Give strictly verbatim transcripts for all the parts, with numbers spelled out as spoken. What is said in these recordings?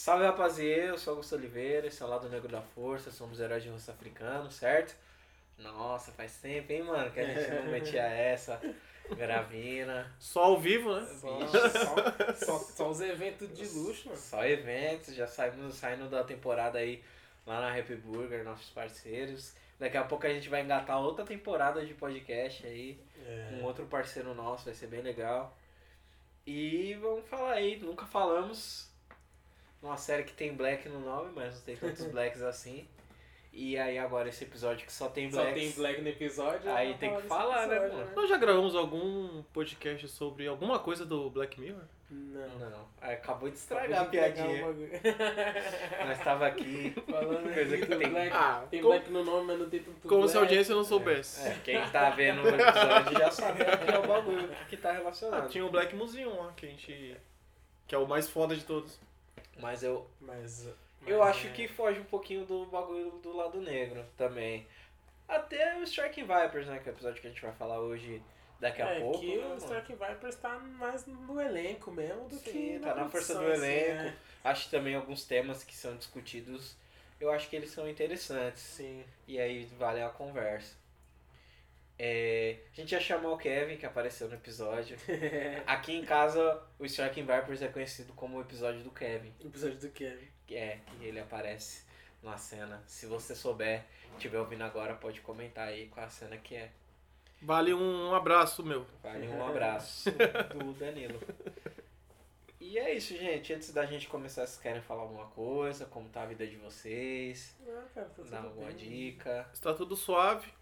Salve, rapaziada, eu sou Augusto Oliveira, esse é o Lado Negro da Força, somos heróis de rosto africano, certo? Nossa, faz tempo, hein, mano, que a gente não metia essa gravina. Só ao vivo, né? Só, só, só, só os eventos de luxo, mano. Só eventos, já saímos saindo da temporada aí lá na Happy Burger, nossos parceiros. Daqui a pouco a gente vai engatar outra temporada de podcast aí, É. com outro parceiro nosso, vai ser bem legal. E vamos falar aí, nunca falamos... Uma série que tem black no nome, mas não tem tantos blacks assim. E aí agora esse episódio que só tem blacks. Só tem black no episódio. Aí tem que falar, né, episódio, mano? Nós já gravamos algum podcast sobre alguma coisa do Black Mirror? Não. Não, aí acabou de estragar Acabou a de entregar piadinha. um bagulho. Nós tava aqui. Falando Coisa aqui que do tem- black. Ah, tem como- black no nome, mas não tem tanto Como black. se a audiência não soubesse. É, quem tá vendo o episódio já sabe que é o bagulho que tá Ah, relacionado. tinha o Black Museum lá, que a gente... Que é o mais foda de todos. Mas eu, Mas, eu mas acho é- que foge um pouquinho do bagulho do lado negro também. Até o Striking Vipers, né? Que é o episódio que a gente vai falar hoje daqui a é pouco. que né, o mano? Striking Vipers tá mais no elenco mesmo do Sim, que tá na força do produção, assim, elenco. né? Acho também alguns temas que são discutidos, eu acho que eles são interessantes. Sim. E aí vale a conversa. É, a gente ia chamar o Kevin, que apareceu no episódio. Aqui em casa, o Striking Vipers é conhecido como o episódio do Kevin. O episódio do Kevin. Que é, que ele aparece na cena. Se você souber, estiver ouvindo agora, pode comentar aí qual a cena que é. Vale um abraço, meu. Vale um abraço do Danilo. E é isso, gente. Antes da gente começar, vocês querem falar alguma coisa? Como tá a vida de vocês? Ah, cara, tá tudo Dar alguma bem. dica? Está tudo suave.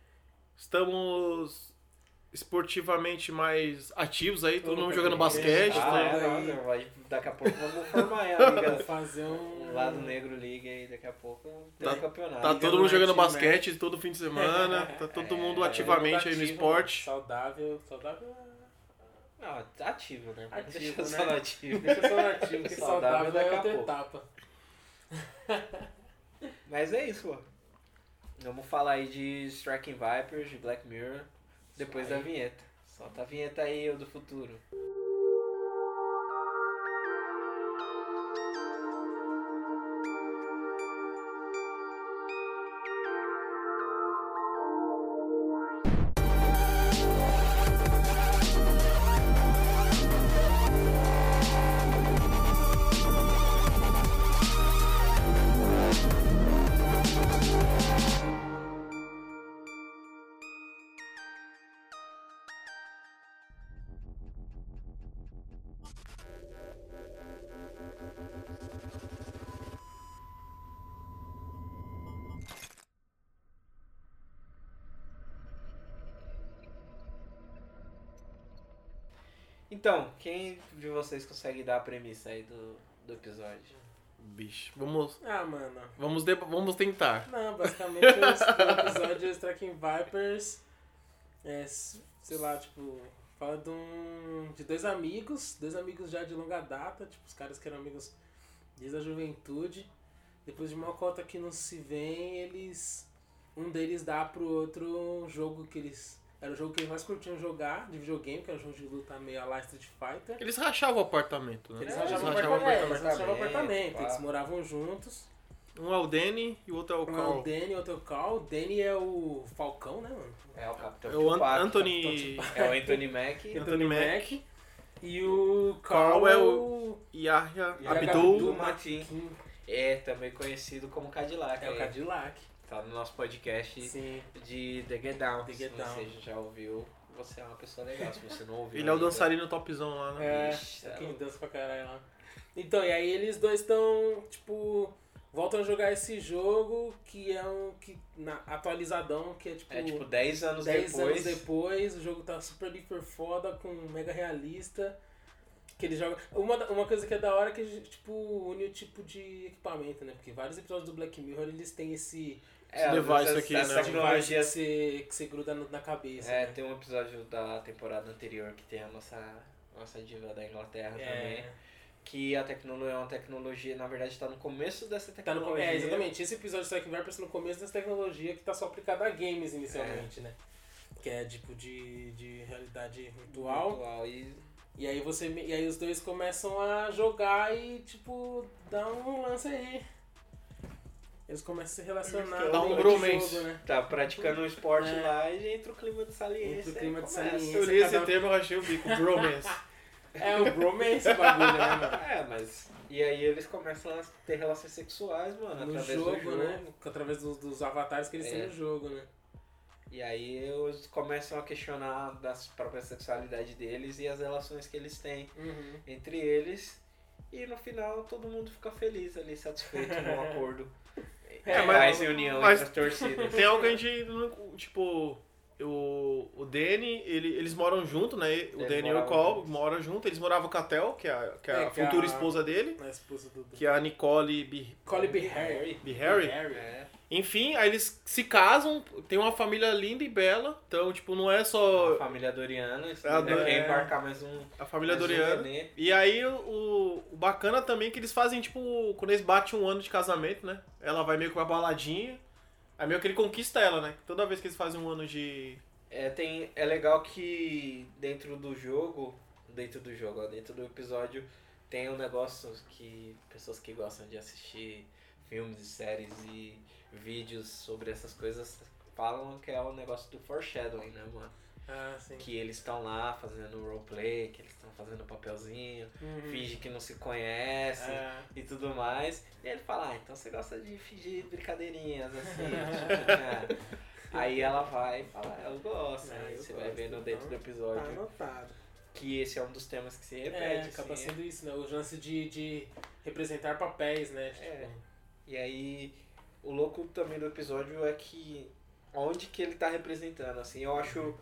Estamos esportivamente mais ativos aí, todo Todo mundo jogando mundo basquete. jogando. todo- Ah, é, tudo não, aí. vai, daqui a pouco vamos formar aí a Vou liga. fazer um... Um lado negro liga aí, daqui a pouco tem Tá- um campeonato. Tá Liga todo mundo jogando Night basquete todo fim de semana. Tá todo É, mundo é, ativamente aí no Ativo, esporte. Saudável. Saudável é... Não, ativo, né? Ativo, Deixa né? só no ativo. Deixa só no ativo, que Saudável saudável, daqui é a outra pouco. etapa. Mas é isso, pô. Vamos falar aí de Striking Vipers, de Black Mirror, depois Isso da aí. vinheta. Solta a vinheta aí, eu do futuro. Então, quem de vocês consegue dar a premissa aí do, do episódio? Bicho, vamos, Ah, mano. vamos, de- vamos tentar. Não, basicamente o episódio de Striking Vipers é, s- sei lá, tipo, fala de um. De dois amigos, dois amigos já de longa data, tipo, os caras que eram amigos desde a juventude. Depois de uma cota que não se vêem, eles. Um deles dá pro outro um jogo que eles. Era o jogo que eles mais curtiam jogar, de videogame, que era um jogo de luta meio a lá Street Fighter. Eles rachavam o apartamento, né? Eles É, rachavam eles o rachavam apartamento, o eles rachavam o apartamento, apartamento, pá. eles moravam juntos. Um é o Danny e o outro é o Um é o Carl. Danny, outro é o Carl. O Danny é o Falcão, né, mano? É o Capitão É o An- Tupac, Anthony É o Anthony Mack. Anthony Mack. E o Carl Carl é é o- o... Yahya Yahya Abdul. Abdul Matin. É também conhecido como Cadillac. É o aí. Cadillac. Tá no nosso podcast Sim. de The Get Down. The Se Get você Down. já ouviu, você é uma pessoa legal. Se você não ouviu Ele é o ainda, dançarino topzão lá, né? É, Ixi, é tá quem louco. dança pra caralho lá. Então, e aí eles dois estão, tipo... Voltam a jogar esse jogo que é um... Que, na, atualizadão, que é tipo... É tipo dez anos dez depois. anos depois, o jogo tá super hiper foda, com mega realista. Que eles jogam. Uma, da- uma coisa que é da hora é que tipo, une o tipo de equipamento, né? Porque vários episódios do Black Mirror eles têm esse. É, às device vezes aqui, as né? Essa tecnologias. que você, que você gruda no- na cabeça. É, né? tem um episódio da temporada anterior que tem a nossa, nossa diva da Inglaterra também. É, Que a tecnologia é uma tecnologia, na verdade está no começo dessa tá no, tecnologia. é, exatamente. Esse episódio de Striking Vipers no começo dessa tecnologia que tá só aplicada a games inicialmente, né? Que é tipo de, de realidade virtual. Virtual. E E aí você. E aí os dois começam a jogar e, tipo, dá um lance aí. Eles começam a se relacionar. Dá um no bromance. jogo, né? Tá praticando um esporte É. lá e entra o clima de saliência. Entra o clima de aí começa. saliência. Eu li esse cada um- termo, eu achei o bico. Bromance. É o bromance o bagulho, né, mano? É, mas. E aí eles começam a ter relações sexuais, mano, No através jogo, do jogo. né? Através dos, dos avatares que eles É. têm no jogo, né? E aí eles começam a questionar da própria sexualidade deles e as relações que eles têm Uhum. entre eles. E no final todo mundo fica feliz ali, satisfeito num acordo. É, mais mas- união mas- entre as torcidas. Tem algo que a gente não. Tipo. O, o Danny, ele, eles moram junto, né? O Eles Danny e o moravam Cole juntos. moram junto. Eles moravam com a Tel, que é a, que é a É, que é futura a- esposa dele. A esposa do. do... Que é a Nicole B. Colby B. Harry. B. Harry. É. Enfim, aí eles se casam, tem uma família linda e bela. Então, tipo, não é só A família Doriana, isso É a ainda do- quer é. embarcar mais um. a família mais um Doriana. nenê. E aí, o, o bacana também é que eles fazem, tipo, quando eles batem um ano de casamento, né? Ela vai meio que pra baladinha. Aí meio que ele conquista ela, né? Toda vez que eles fazem um ano de... É, tem, é legal que dentro do jogo, dentro do jogo, ó, dentro do episódio, tem um negócio que pessoas que gostam de assistir filmes e séries e vídeos sobre essas coisas falam que é o negócio do foreshadowing, né, mano? Ah, sim. Que eles estão lá fazendo roleplay, que eles estão fazendo papelzinho, Uhum. finge que não se conhece É. e tudo mais. E aí ele fala, ah, então você gosta de fingir brincadeirinhas, assim, tipo, né? Aí ela vai e fala, eu gosto. É, Aí eu você gosto, vai vendo dentro do então Tá episódio anotado. que esse é um dos temas que se É, repete. acaba assim, sendo isso, né? O lance de, de representar papéis, né? Tipo, É. E aí, o louco também do episódio é que onde que ele tá representando, assim, eu acho.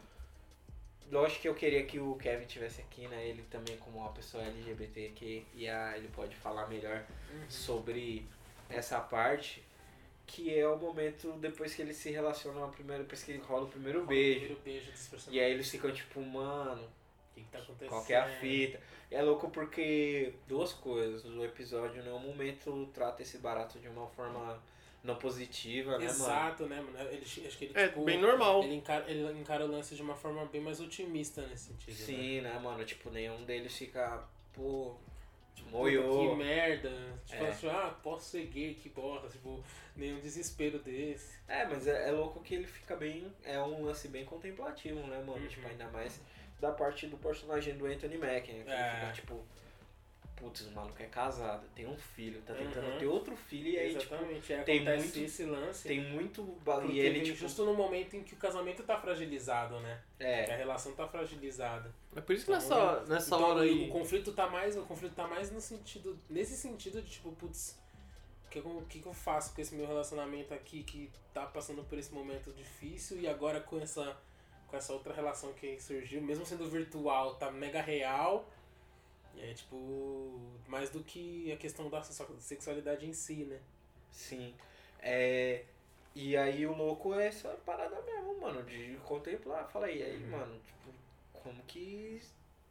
Lógico que eu queria que o Kevin tivesse aqui, né? Ele também como uma pessoa L G B T Q I A, ele pode falar melhor Uhum. sobre essa parte, que é o momento depois que eles se relacionam a primeira, depois que rola o primeiro O beijo. primeiro beijo dos personagens. E aí eles ficam tipo, mano, O que, que tá acontecendo? qual que é a fita? E é louco porque duas coisas, o episódio em nenhum momento trata esse barato de uma forma não positiva, né, mano? Exato, né, mano? Ele, acho que ele, É, tipo, bem normal. ele, encara, ele encara o lance de uma forma bem mais otimista nesse sentido. Né? Sim, né, mano? Tipo, nenhum deles fica, pô, Puta, moiou. que merda. Tipo, É. assim, ah, posso ser gay, que bosta. Tipo, nenhum desespero desse. É, mas é, é louco que ele fica bem. É um lance bem contemplativo, né, mano? Uhum. Tipo, ainda mais da parte do personagem do Anthony Mackie, né? Que É. ele fica tipo. Putz, o maluco é casado, tem um filho, tá tentando Uhum. ter outro filho e aí, tipo, Exatamente. Aí tem acontece muito- esse lance. tem muito. ba- Porque E ele, vem tipo. justo no momento em que o casamento tá fragilizado, né? Que a É, relação tá fragilizada. É por isso que Então, nessa, nessa então, hora aí... O conflito tá mais, o conflito tá mais no sentido, nesse sentido de tipo, putz, o que, eu- que, que eu faço com esse meu relacionamento aqui que tá passando por esse momento difícil e agora com essa, com essa outra relação que surgiu, mesmo sendo virtual, tá mega real. E é tipo, mais do que a questão da sexualidade em si, né? sim. É. E aí o louco é essa parada mesmo, mano, de contemplar. Fala aí, aí, mano, tipo, como que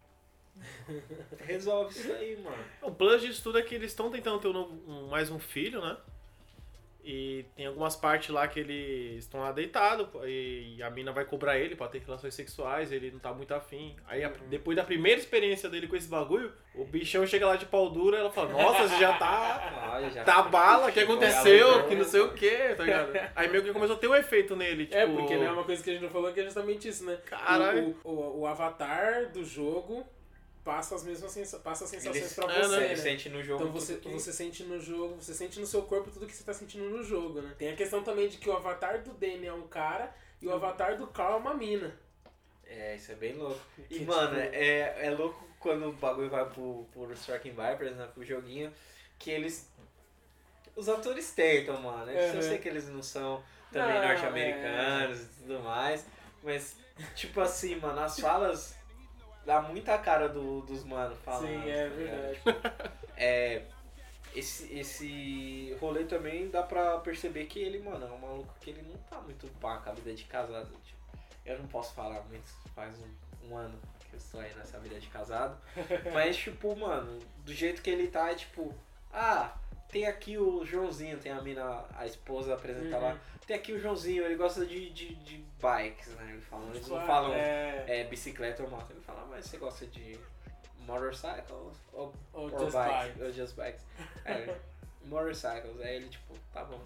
resolve isso aí, mano? O plus disso tudo é que eles estão tentando ter um novo- um- mais um filho, né? E tem algumas partes lá que eles estão lá deitados e a mina vai cobrar ele pra ter relações sexuais, ele não tá muito afim. Aí a- depois da primeira experiência dele com esse bagulho, o bichão chega lá de pau dura e ela fala, nossa, você já tá... Olha, já Tá bala, o que Chegou aconteceu, ela, que não sei o que, tá ligado? Aí meio que começou a ter um efeito nele, tipo... É, porque né, uma coisa que a gente não falou que é justamente isso, né? Caralho. O, o, o avatar do jogo passa as mesmas sensa passa as sensações Ele, pra é, você, né? né? ele sente no jogo. Então você, tudo que- você sente no jogo, você sente no seu corpo tudo que você tá sentindo no jogo, né? Tem a questão também de que o avatar do Danny é um cara e o avatar do Carl é uma mina. É, isso é bem louco. E, Que, mano, tipo- é, é louco quando o bagulho vai pro, pro Striking Vipers, né, pro joguinho, que eles... Os atores tentam, mano. Eles, Eu Uhum. sei que eles não são também Não, norte-americanos e tudo mais, mas, tipo assim, mano, as falas... Dá muita cara do, dos manos falando. Sim, é tá ligado? verdade. É, esse, esse rolê também dá pra perceber que ele, mano, é um maluco que ele não tá muito pá com a vida de casado. Tipo, eu não posso falar muito, faz um, um ano que eu estou aí nessa vida de casado. Mas, tipo, mano, do jeito que ele tá, é tipo, ah, tem aqui o Joãozinho, tem a mina, a esposa apresenta Uhum. lá. Tem aqui o Joãozinho, ele gosta de, de, de bikes, né? Ele fala, eles não Tipo, falam é... é, bicicleta ou moto. Ele fala, mas você gosta de motorcycles ou, Ou or just bikes, bike. ou just bikes. Aí, motorcycles, aí ele tipo, tá bom.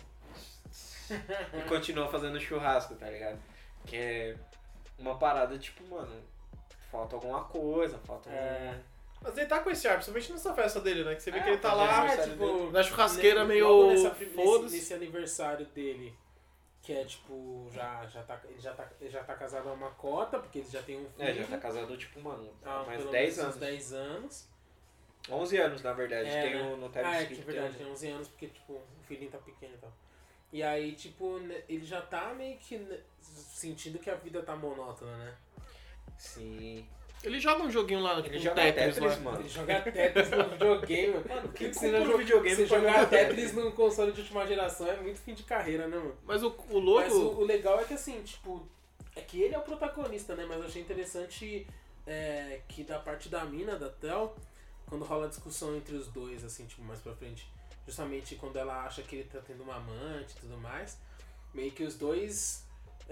E continua fazendo churrasco, tá ligado? Que é uma parada tipo, mano, falta alguma coisa, falta um... É. Mas ele tá com esse ar, principalmente nessa festa dele, né? Que você vê É, que ele tá tá lá já- É, tipo, na churrasqueira ne- meio logo nessa prim- nesse, foda-se. nesse aniversário dele, que é tipo, já, já, tá, ele, já tá, ele já tá casado há uma cota, porque ele já tem um filho. É, já tá casado, tipo, mano, há há mais pelo dez menos uns anos. dez anos. onze anos, na verdade. É, tem né? o, no Time Ah, é Skip que é tem verdade, um- tem onze anos, porque tipo, o filhinho tá pequeno e tal. E aí, tipo, né, ele já tá meio que né, sentindo que a vida tá monótona, né? Sim. Ele joga um joguinho lá, tipo, Ele um joga Tetris, Tetris, lá. mano. Ele joga Tetris no videogame, mano. Mano, quem que compra um joga- videogame você pra jogar jogar Tetris num console de última geração é muito fim de carreira, né, mano? Mas o, o louco... Mas o, o legal é que assim, tipo, é que ele é o protagonista, né? Mas eu achei interessante é, que da parte da mina, da Tel, quando rola a discussão entre os dois, assim, tipo, mais pra frente, justamente quando ela acha que ele tá tendo uma amante e tudo mais, meio que os dois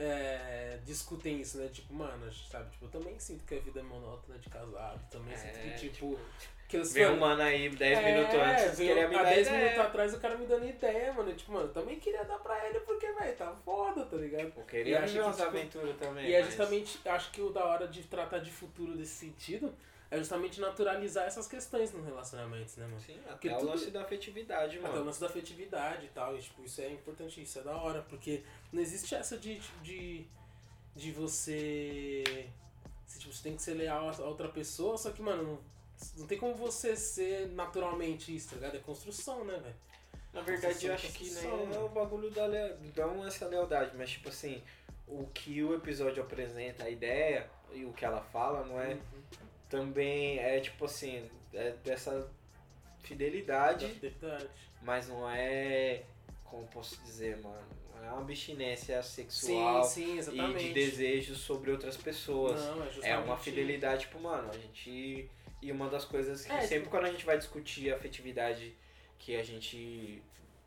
é, discutem isso, né? Tipo, mano, sabe? Tipo, eu também sinto que a vida é monótona de casado, também sinto É, que, tipo... tipo, que os vem um mano aí dez minutos antes veio queria me há dar dez ideia. minutos atrás o cara me dando ideia, mano. Tipo, mano, eu também queria dar pra ele porque, velho, tá foda, tá ligado? Eu E queria acho viver que, umas tipo, aventuras também. E é mas- justamente, acho que o da hora de tratar de futuro desse sentido é justamente naturalizar essas questões nos relacionamentos, né, mano? Sim, Porque até o tudo- lance da afetividade, Até o mano. lance da afetividade e tal, e tipo, isso é importante, isso é da hora, porque não existe essa de, de, de você. Tipo, você tem que ser leal a outra pessoa, só que, mano, não, não tem como você ser naturalmente isso, tá ligado? É construção, né, velho? Na verdade, eu acho que Construção, nem é mano. o bagulho da le... não essa lealdade, mas tipo assim, o que o episódio apresenta, a ideia e o que ela fala, não é também, é tipo assim, é dessa fidelidade, Da fidelidade. mas não é, como posso dizer, mano, não é uma abstinência sexual Sim, sim, e exatamente. de desejos sobre outras pessoas. Não, é É justamente uma fidelidade, tipo, mano, a gente. E uma das coisas que É, sempre tipo- quando a gente vai discutir a afetividade que a gente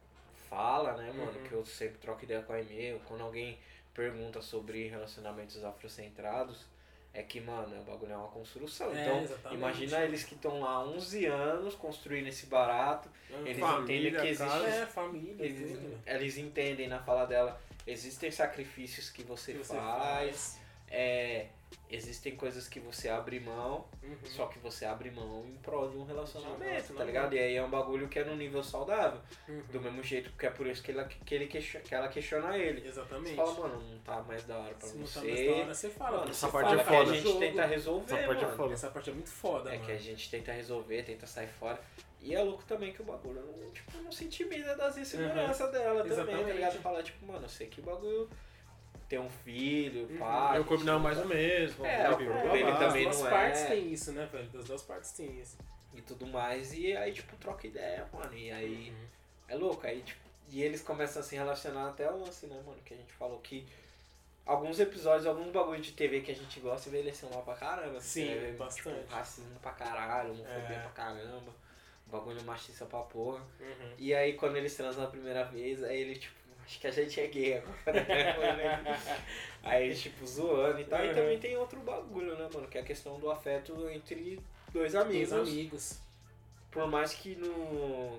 fala, né, mano, Uhum. que eu sempre troco ideia com a e-mail, quando alguém pergunta sobre relacionamentos afrocentrados, é que, mano, o bagulho é uma construção. É, Então, exatamente. imagina eles que estão lá há onze anos construindo esse barato, Uhum. eles Família, entendem que existe. casa. É, família, Eles, tudo, velho. eles entendem na fala dela, existem sacrifícios que você, Que você faz, é, existem coisas que você abre mão, Uhum. só que você abre mão em prol de um relacionamento, tá relacionamento. ligado? E aí é um bagulho que é no nível saudável, Uhum. do mesmo jeito que é por isso que, ele, que, ele question, que ela questiona ele. Exatamente. Você fala, mano, não tá mais da hora pra Se não tá você. mais da hora, você fala. Mano, essa você parte fala é que foda. a gente Jogo. tenta resolver, Essa parte é mano. foda. Essa parte é muito foda, É mano. que a gente tenta resolver, tenta sair fora. E é louco também que o bagulho não, tipo, não se intimida das inseguranças dela também, tá Exatamente. ligado? Falar, tipo, mano, eu sei que o bagulho tem um filho, Uhum. pai. Eu combinava mais ou menos. É, blá, o blá, blá, dele blá. também das duas não é. partes tem isso, né, velho? Das duas partes tem isso. E tudo mais. E aí, tipo, troca ideia, mano. E aí, Uhum. é louco. Aí, tipo, e eles começam a se relacionar até o lance, né, mano? Que a gente falou que alguns episódios, alguns bagulhos de T V que a gente gosta envelheceu mal pra caramba. Sim, Você vê, bastante. Tipo, racismo pra caralho, homofobia É. pra caramba. Bagulho machista pra porra. Uhum. E aí quando eles transam a primeira vez, aí ele tipo, acho que a gente é gay agora, né? Aí eles tipo zoando e tal. E Uhum. também tem outro bagulho, né, mano? Que é a questão do afeto entre dois amigos. Meus amigos. Por mais que no.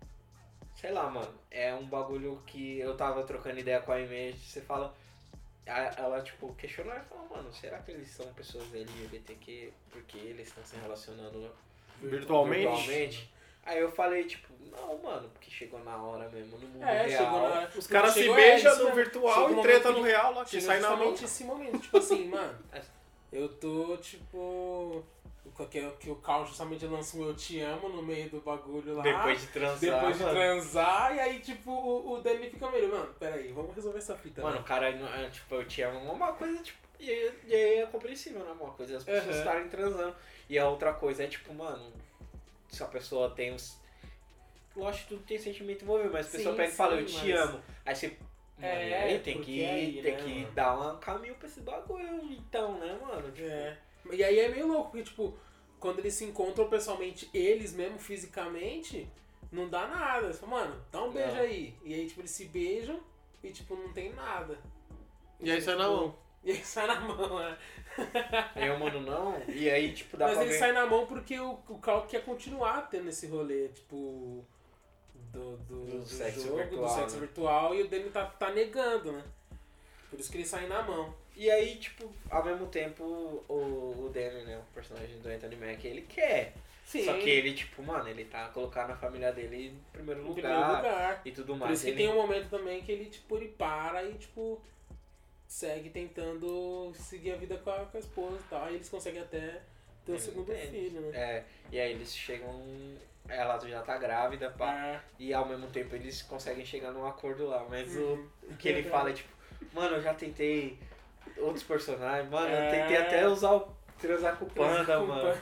Sei lá, mano. É um bagulho que eu tava trocando ideia com a Image, você fala. a- Ela, tipo, questionou e falou, mano, será que eles são pessoas L G B T Q porque eles estão se relacionando Virtualmente? virtualmente? Aí eu falei, tipo, não, mano, porque chegou na hora mesmo, no mundo É, real. chegou na hora. Os caras se Chegou- beijam é, isso no mesmo. virtual Chegou e um treta momento no que- real lá, que Chega sai na mão. justamente esse momento, tipo assim, mano, eu tô, tipo, que, que o Carl justamente lança um Eu Te Amo no meio do bagulho lá, Depois de transar, depois de mano. transar, e aí, tipo, o, o Danny fica meio, mano, peraí, vamos resolver essa fita, Mano, né? o cara, não- é, tipo, eu te amo, uma coisa, tipo, e aí e aí é compreensível, né? Uma coisa é as pessoas Uhum. estarem transando. E a outra coisa é, tipo, mano, se a pessoa tem os... Lógico que tudo tem sentimento envolvido, mas a pessoa Sim, pega e fala, eu sim, te mas- amo. Aí você... Mano, É, e aí tem porque que, aí, tem né, que mano? dar um caminho pra esse bagulho, então, né, mano? Tipo, É. E aí é meio louco, porque, tipo, quando eles se encontram pessoalmente, eles mesmo, fisicamente, não dá nada. Você fala, mano, dá um beijo Não. aí. E aí, tipo, eles se beijam e, tipo, não tem nada. E aí sai na Tipo, mão. E ele sai na mão, né? Aí o mano não, e aí, tipo, dá Mas pra ele ver... sai na mão porque o, o Cal quer continuar tendo esse rolê, tipo, do, do, Do do sexo jogo, virtual, do sexo né? virtual, e o Danny tá, tá negando, né? Por isso que ele sai na mão. E aí, tipo, ao mesmo tempo, o, o Danny, né, o personagem do Anthony Mack, ele quer. Sim. Só que ele, tipo, mano, ele tá colocando a família dele em primeiro Em lugar, primeiro lugar. e tudo Por mais. isso que ele... tem um momento também que ele, tipo, ele para e, tipo, segue tentando seguir a vida com a, com a esposa e tal. Aí eles conseguem até ter o Ele segundo entende. filho, né? É, e aí eles chegam... Ela já tá grávida, pá. Ah, E ao mesmo tempo eles conseguem chegar num acordo lá. Mas Uhum. o, o que ele fala é tipo, mano, eu já tentei outros personagens, mano, eu É. tentei até usar o transar com o panda, com mano.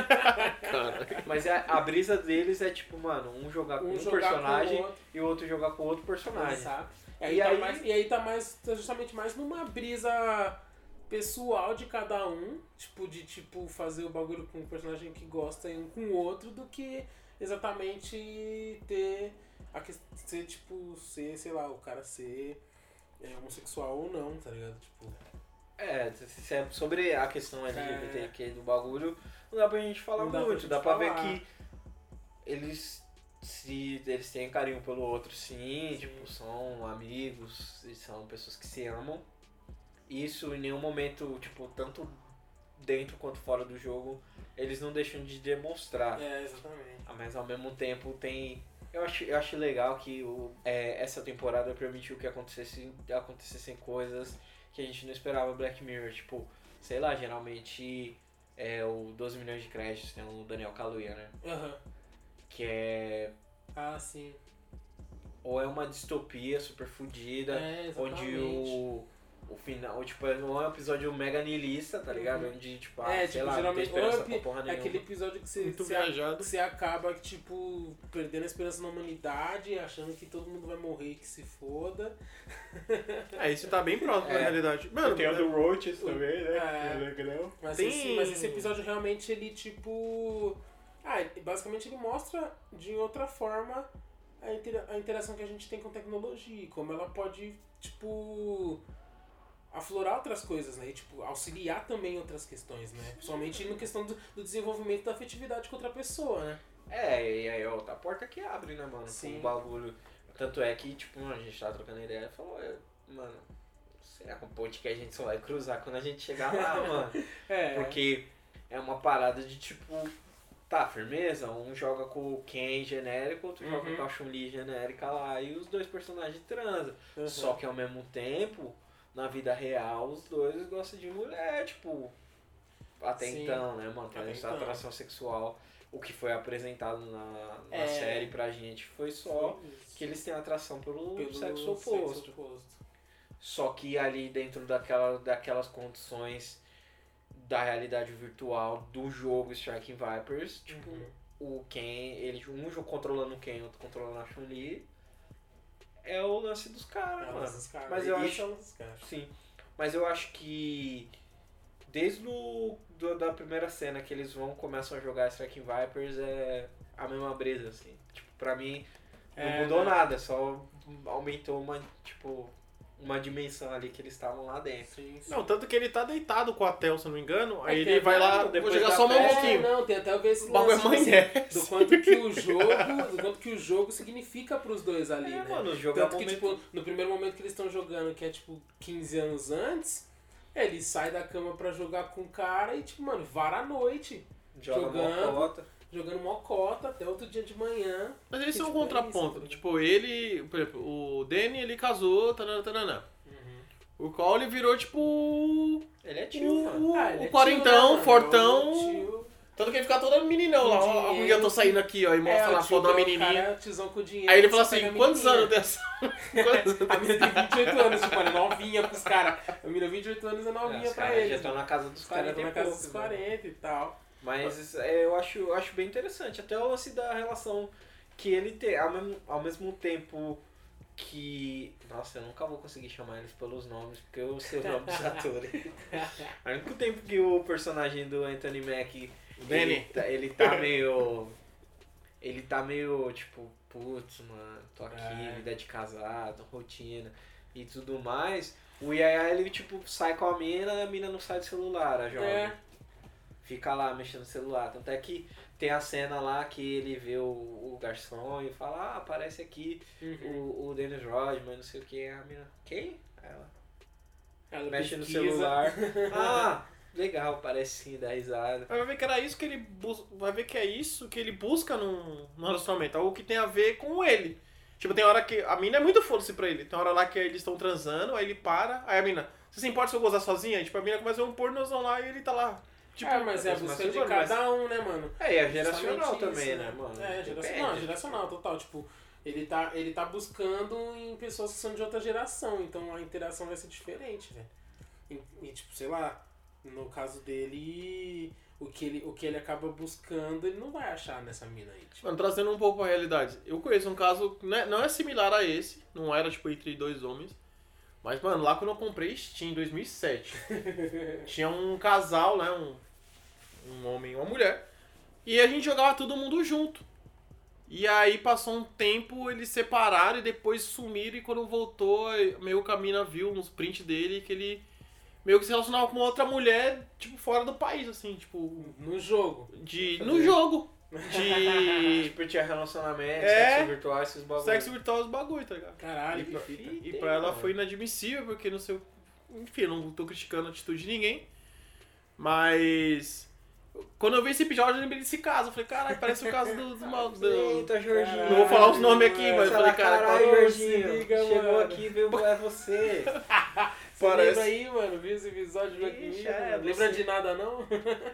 Cara. Mas a, a brisa deles é tipo, mano, um jogar com um um jogar personagem com o outro. e o outro jogar com outro personagem. Exato. E aí, E tá aí- mais, e aí tá mais tá justamente mais numa brisa pessoal de cada um, tipo, de tipo fazer o bagulho com um personagem que gosta e um com o outro, do que exatamente ter a que ser, tipo, ser, sei lá, o cara ser é, homossexual ou não, tá ligado? Tipo, É, se é sobre a questão L G B T Q do bagulho, não dá pra gente falar Não dá pra muito, gente dá pra falar. ver que eles se eles têm carinho pelo outro, sim, Sim. tipo, são amigos e são pessoas que se amam. Isso em nenhum momento, tipo, tanto dentro quanto fora do jogo, eles não deixam de demonstrar. é, exatamente. Mas ao mesmo tempo tem. Eu acho, eu acho legal que o, é, essa temporada permitiu que acontecesse, acontecessem coisas que a gente não esperava Black Mirror. Tipo, sei lá, geralmente é o doze milhões de créditos, tem o Daniel Kaluuya, né? Aham. Que é. Ah, sim. Ou é uma distopia super fodida, É, exatamente. onde o. O final, tipo, é um episódio mega niilista, tá ligado? Uhum. Onde, tipo, ah, É, sei tipo, lá, não tem geralmente, ou esperança é pra porra é nenhuma. aquele episódio que você, Muito você, viajado. você acaba, tipo, perdendo a esperança na humanidade, achando que todo mundo vai morrer e que se foda. É, isso tá bem próximo da É. realidade. Mano, Tem o do Roaches também, né? É. Que é legal. Mas, Tem- esse, mas esse episódio realmente, ele, tipo... Ah, ele- basicamente ele mostra de outra forma a, intera- a interação que a gente tem com tecnologia e como ela pode, tipo... aflorar outras coisas, né? E, tipo, auxiliar também em outras questões, né? Principalmente na questão do, do desenvolvimento da afetividade com outra pessoa, né? É, e aí é outra porta que abre, né, mano? Sim. Com o bagulho. Tanto é que, tipo, mano, a gente tá trocando ideia e falou, é, mano, será que é um ponte que a gente só vai cruzar quando a gente chegar lá, mano? É. Porque é uma parada de, tipo, tá, firmeza, um joga com o Ken genérico, outro joga Uhum. com a Chun-Li genérica lá e os dois personagens transam. Uhum. Só que ao mesmo tempo, na vida real, os dois gostam de mulher, tipo, até Sim. então, né, mano? Tem Até essa então. atração sexual. O que foi apresentado na, na É. série pra gente foi só Foi isso. que eles têm atração pelo, Pelo sexo oposto. sexo oposto. Só que ali dentro daquela, daquelas condições da realidade virtual do jogo Striking Vipers, tipo, Uhum. o Ken, ele, um jogo controlando o Ken, outro controlando a Chun-Li, é o lance dos caras, É mano. esses caras. Mas eu Isso acho- é um desses caras. Sim, mas eu acho que desde o, do, da primeira cena que eles vão começam a jogar Striking Vipers é a mesma brisa, assim. Tipo, pra mim não É, mudou né? nada, só aumentou uma, tipo, uma dimensão ali que eles estavam lá dentro. Sim, sim. Não, tanto que ele tá deitado com a Tel, se eu não me engano. Aí É que ele é vai lá, verdade, vou depois jogar da só mais um festa- pouquinho. É, não, tem até ver esse O bagulho é lance, tipo, amanhece. do quanto que o jogo, do quanto que o jogo significa pros dois ali, É, né? mano, o jogo Tanto é um que, momento... tipo, no primeiro momento que eles estão jogando, que é tipo quinze anos antes, ele sai da cama pra jogar com o cara e, tipo, mano, vara a noite, joga jogando. mocota. jogando mocota até outro dia de manhã. Mas eles Que, são um tipo, é contraponto. isso, tá ligado? Tipo, ele, por exemplo, o Danny, ele casou, tanana, tanana. O Cole virou, tipo, o, Ele é tio, mano. o, Ah, ele é o quarentão, tio, né, mano? fortão. O tio- Tanto que ele fica todo meninão lá. Com Ó, ó, dinheiro. porque eu tô saindo aqui, ó, e mostra é, lá o a tio foto da que é o menininha. cara, tiozão com dinheiro. Aí ele fala só assim, pega a quantos menininha. anos tem essa... Quantos anos? A menina tem vinte e oito anos, tipo, ela é novinha pros caras. A menina vinte e oito anos é novinha Os pra caras já eles. estão na casa dos Os caras quarenta estão e na casa poucos, dos né? quarenta e tal. Mas é, eu acho, eu acho bem interessante. Até o lance da relação que ele tem. Ao mesmo, ao mesmo tempo que... Nossa, eu nunca vou conseguir chamar eles pelos nomes, porque eu sei o nome dos atores. Ao único tempo que o personagem do Anthony Mack... Danny. Ele, tá- ele tá meio... Ele tá meio, tipo... Putz, mano, tô aqui, É. vida de casado, rotina... e tudo mais, o Yaya, ele, tipo, sai com a mina e a mina não sai do celular, a jovem. É. Fica lá mexendo no celular. Tanto é que tem a cena lá que ele vê o, o garçom e fala, ah, aparece aqui Uhum. o, o Dennis Rodman, não sei o que. A mina, quem? Ela Ela mexe no pesquisa. celular. Ah, legal, parece sim, dá risada. Vai ver que era isso que ele busca. Vai ver que é isso que ele busca num, num relacionamento. Algo que tem a ver com ele. Tipo, tem hora que. A mina é muito foda-se pra ele. Tem hora lá que eles estão transando, aí ele para, aí a mina, você se importa se eu gozar sozinha? Aí, tipo, a mina começa a ver um pornozão lá e ele tá lá. Tipo, É, mas é a mas busca mas de mas- cada um, né, mano? É, e é geracional Justamente também, isso, né, mano? É, Depende. geracional, não, geracional, total. Tipo, ele tá, ele tá buscando em pessoas que são de outra geração, então a interação vai ser diferente, velho. E, e, tipo, sei lá, no caso dele, o que, ele, o que ele acaba buscando, ele não vai achar nessa mina aí. Tipo. Mano, trazendo um pouco pra realidade. Eu conheço um caso, não é, não é similar a esse, não era tipo entre dois homens. Mas, mano, lá quando eu comprei Steam em dois mil e sete, tinha um casal, né? Um, um homem e uma mulher. E a gente jogava todo mundo junto. E aí passou um tempo, eles separaram e depois sumiram. E quando voltou, meio que a mina viu uns prints dele que ele meio que se relacionava com outra mulher, tipo, fora do país, assim, tipo. No jogo. De, Fazer. no jogo. De Tipo, tinha relacionamento, É. sexo virtual, esses bagulho. sexo virtual os bagulho, tá ligado? Caralho, E que pra, fita. e pra ela foi inadmissível, porque não sei. Enfim, eu não tô criticando a atitude de ninguém. Mas. Quando eu vi esse episódio, eu lembrei desse caso. Eu falei, caralho, parece o caso do. do, mal- do- Eita, Jorginho. Não vou falar os nomes aqui, mas eu Sei falei, lá, cara, caralho, qual- Jorginho. se liga, Chegou mano. aqui e veio, é você. Você Parece- lembra aí, mano? Viu esse episódio do Black Ixi, Mirror? é, mano? Lembra você- de nada, não?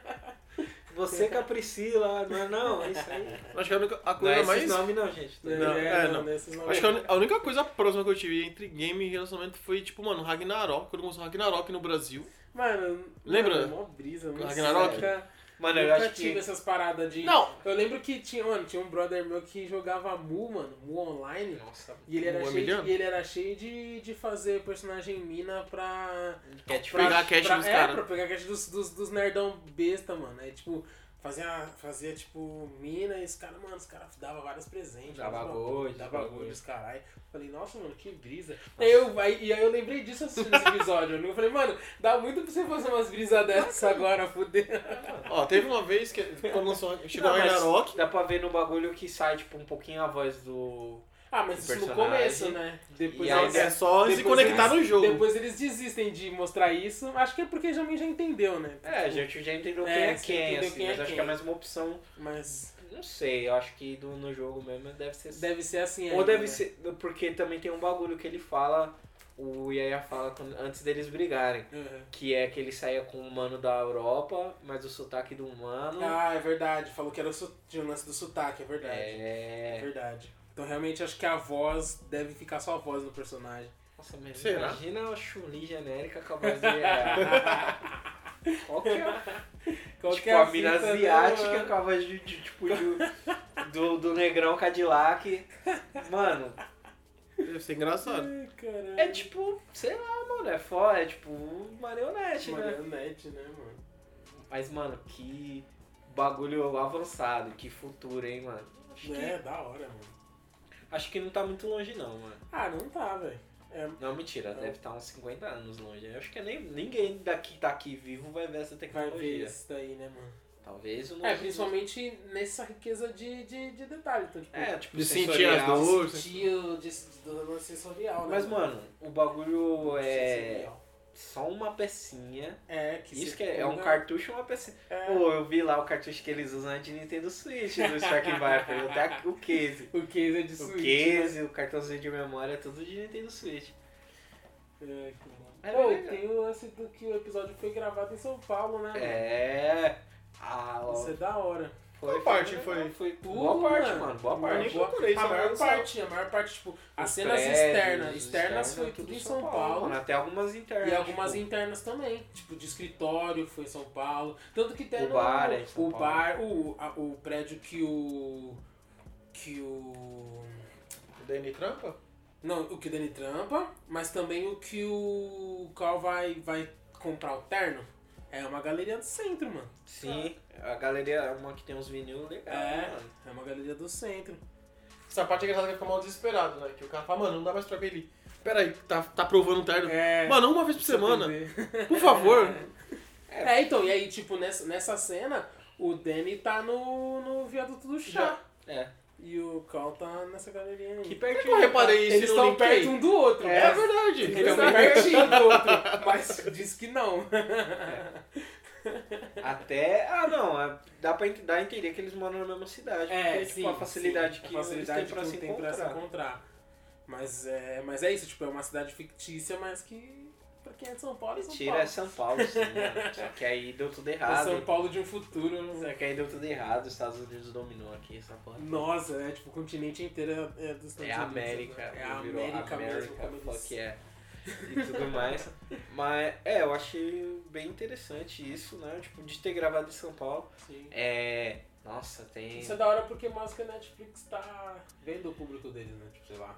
Você com a Priscila, não é não? É isso aí. Acho que a única a Não coisa é esses mais. nomes não, gente. Não, é, não. nesses não. Acho que a uni- a única coisa próxima que eu tive entre game e relacionamento foi, tipo, mano, Ragnarok. Quando começou Ragnarok no Brasil. Mano, Lembra? Mano, mó brisa, muito Ragnarok? seca. Mano, eu Nunca acho tive que... essas paradas de... Não! Eu lembro que tinha, mano, tinha um brother meu que jogava Mu, mano, Mu online. Nossa, E ele era Mu cheio, de, Emiliano? e ele era cheio de, de fazer personagem mina pra... Cat pra Pegar a cash pra, dos é, caras. pra pegar a cash dos, dos, dos nerdão besta, mano. Aí, tipo, fazia, fazia tipo, mina e os caras, mano, os caras davam vários presentes. Dava vários gold, bagulho, Dava dava gold, gold. os caralho. Falei, nossa, mano, que brisa. Aí eu, aí, e aí eu lembrei disso assistindo esse episódio. Eu falei, mano, dá muito pra você fazer umas brisas dessas agora, fuder. Ó, teve uma vez que quando lançou, chegou Não, a mas Ragnarok. dá pra ver no bagulho que sai, tipo, um pouquinho a voz do... Ah, mas isso no personagem. começo, né? Depois E aí eles- É só se depois conectar eles- no jogo. Depois eles desistem de mostrar isso. Acho que é porque já, já entendeu, né? É, a gente já entendeu quem É, é você quem, entendeu assim, quem é mas acho quem. que é mais uma opção... Mas Não sei, eu acho que do, no jogo mesmo deve ser... deve ser assim Ou ainda, deve né? ser... Porque também tem um bagulho que ele fala... O Yaya fala quando- antes deles brigarem. Uhum. Que é que ele saía com um mano da Europa, mas o sotaque do humano... Ah, é verdade. Falou que era o, su- tinha o lance do sotaque, é verdade. É É... verdade. Então realmente acho que a voz deve ficar só a voz do personagem. Nossa, mas Será? imagina a Chun-Li genérica com a voz do Yaya. Qual que é? Qual Tipo, que é a a mina fita, né, asiática mano? com a voz de, de- tipo, do, do, do negrão Cadillac. Mano, Deve ser engraçado. Ai, caralho. é tipo, sei lá, mano, é foda, é tipo marionete, né? Marionete, né, mano? Mas, mano, que bagulho avançado, que futuro, hein, mano. Acho, É, que, da hora, mano. acho que não tá muito longe, não, mano. Ah, não tá, velho. É, Não, mentira, deve estar uns cinquenta anos longe. Eu acho que nem, ninguém daqui tá aqui vivo vai ver essa vai tecnologia. ver isso daí, né, mano? Talvez o É, nosso- principalmente nessa riqueza de, de, de detalhe. Então, tipo, É, tipo, De sentir sensorial. as dores. sentir o de, do lance sensorial, né? Mas, mano, o bagulho é Sensorial. só uma pecinha. É, que Isso você que é, é um pega- cartucho e uma pecinha. É, Pô, eu vi lá o cartucho que eles usam de Nintendo Switch, do Shark Viper. Eu até aqui o case. o case é de O Switch. case, o cartãozinho de memória, é tudo de Nintendo Switch. Né? É, que bom. É Pô, bem e legal. tem o lance do que o episódio foi gravado em São Paulo, né, mano? É. Ah, ó, Isso é da hora. foi, Qual parte legal, foi? Foi Tudo, boa parte, mano. mano. Boa Eu parte. nem Boa- procurei, a só maior vi parte, a maior parte, tipo, as Os cenas prédios, externas. os Externas foi é tudo tudo em São Paulo. mano, até algumas internas. E algumas tipo, internas também, tipo, de escritório foi em São Paulo. Tanto que tem O no- bar é em São o Paulo. bar, o, a- o prédio que o. Que o. O Danny Trampa? Não, o que o Dani trampa, mas também o que o Carl vai, vai comprar o terno. É uma galeria do centro, mano. Sim, a galeria é uma que tem uns vinil legal, É. mano. É uma galeria do centro. Essa parte é engraçada que fica mal desesperado, né? Que o cara fala, mano, não dá mais pra ver ele. Pera aí, tá, tá provando um terno. É, mano, uma vez por só pra semana. ver. Por favor. É, então, e aí, tipo, nessa, nessa cena, o Danny tá no, no viaduto do chá. É. E o Carl tá nessa galerinha aí. Que Por que pertinho. eu reparei isso Eles no estão link perto aí? um do outro. É, mas- verdade. Eles estão pertinho do outro, mas diz que não. Até. Ah, não. é- Dá pra ent- dar a entender que eles moram na mesma cidade. porque, tipo, a facilidade sim, que a facilidade eles têm pra que se tem pra se encontrar. encontrar. Mas é, mas é isso, tipo, é uma cidade fictícia, mas que pra quem é de São Paulo é São Mentira, Paulo. é São Paulo, sim, mano. Só que aí deu tudo É errado. São Paulo de um futuro. Só que aí deu tudo errado. Os Estados Unidos dominou aqui essa porra. Nossa, é tipo, o continente inteiro é, é dos Estados É a Unidos. América, né? É a virou América, mesmo, como eles... fuck é. E tudo mais. Mas, é, eu achei bem interessante isso, né? Tipo, de ter gravado em São Paulo. Sim. É. Nossa, tem. Isso é da hora porque mostra que a Netflix tá vendo o público deles, né? Tipo, sei lá.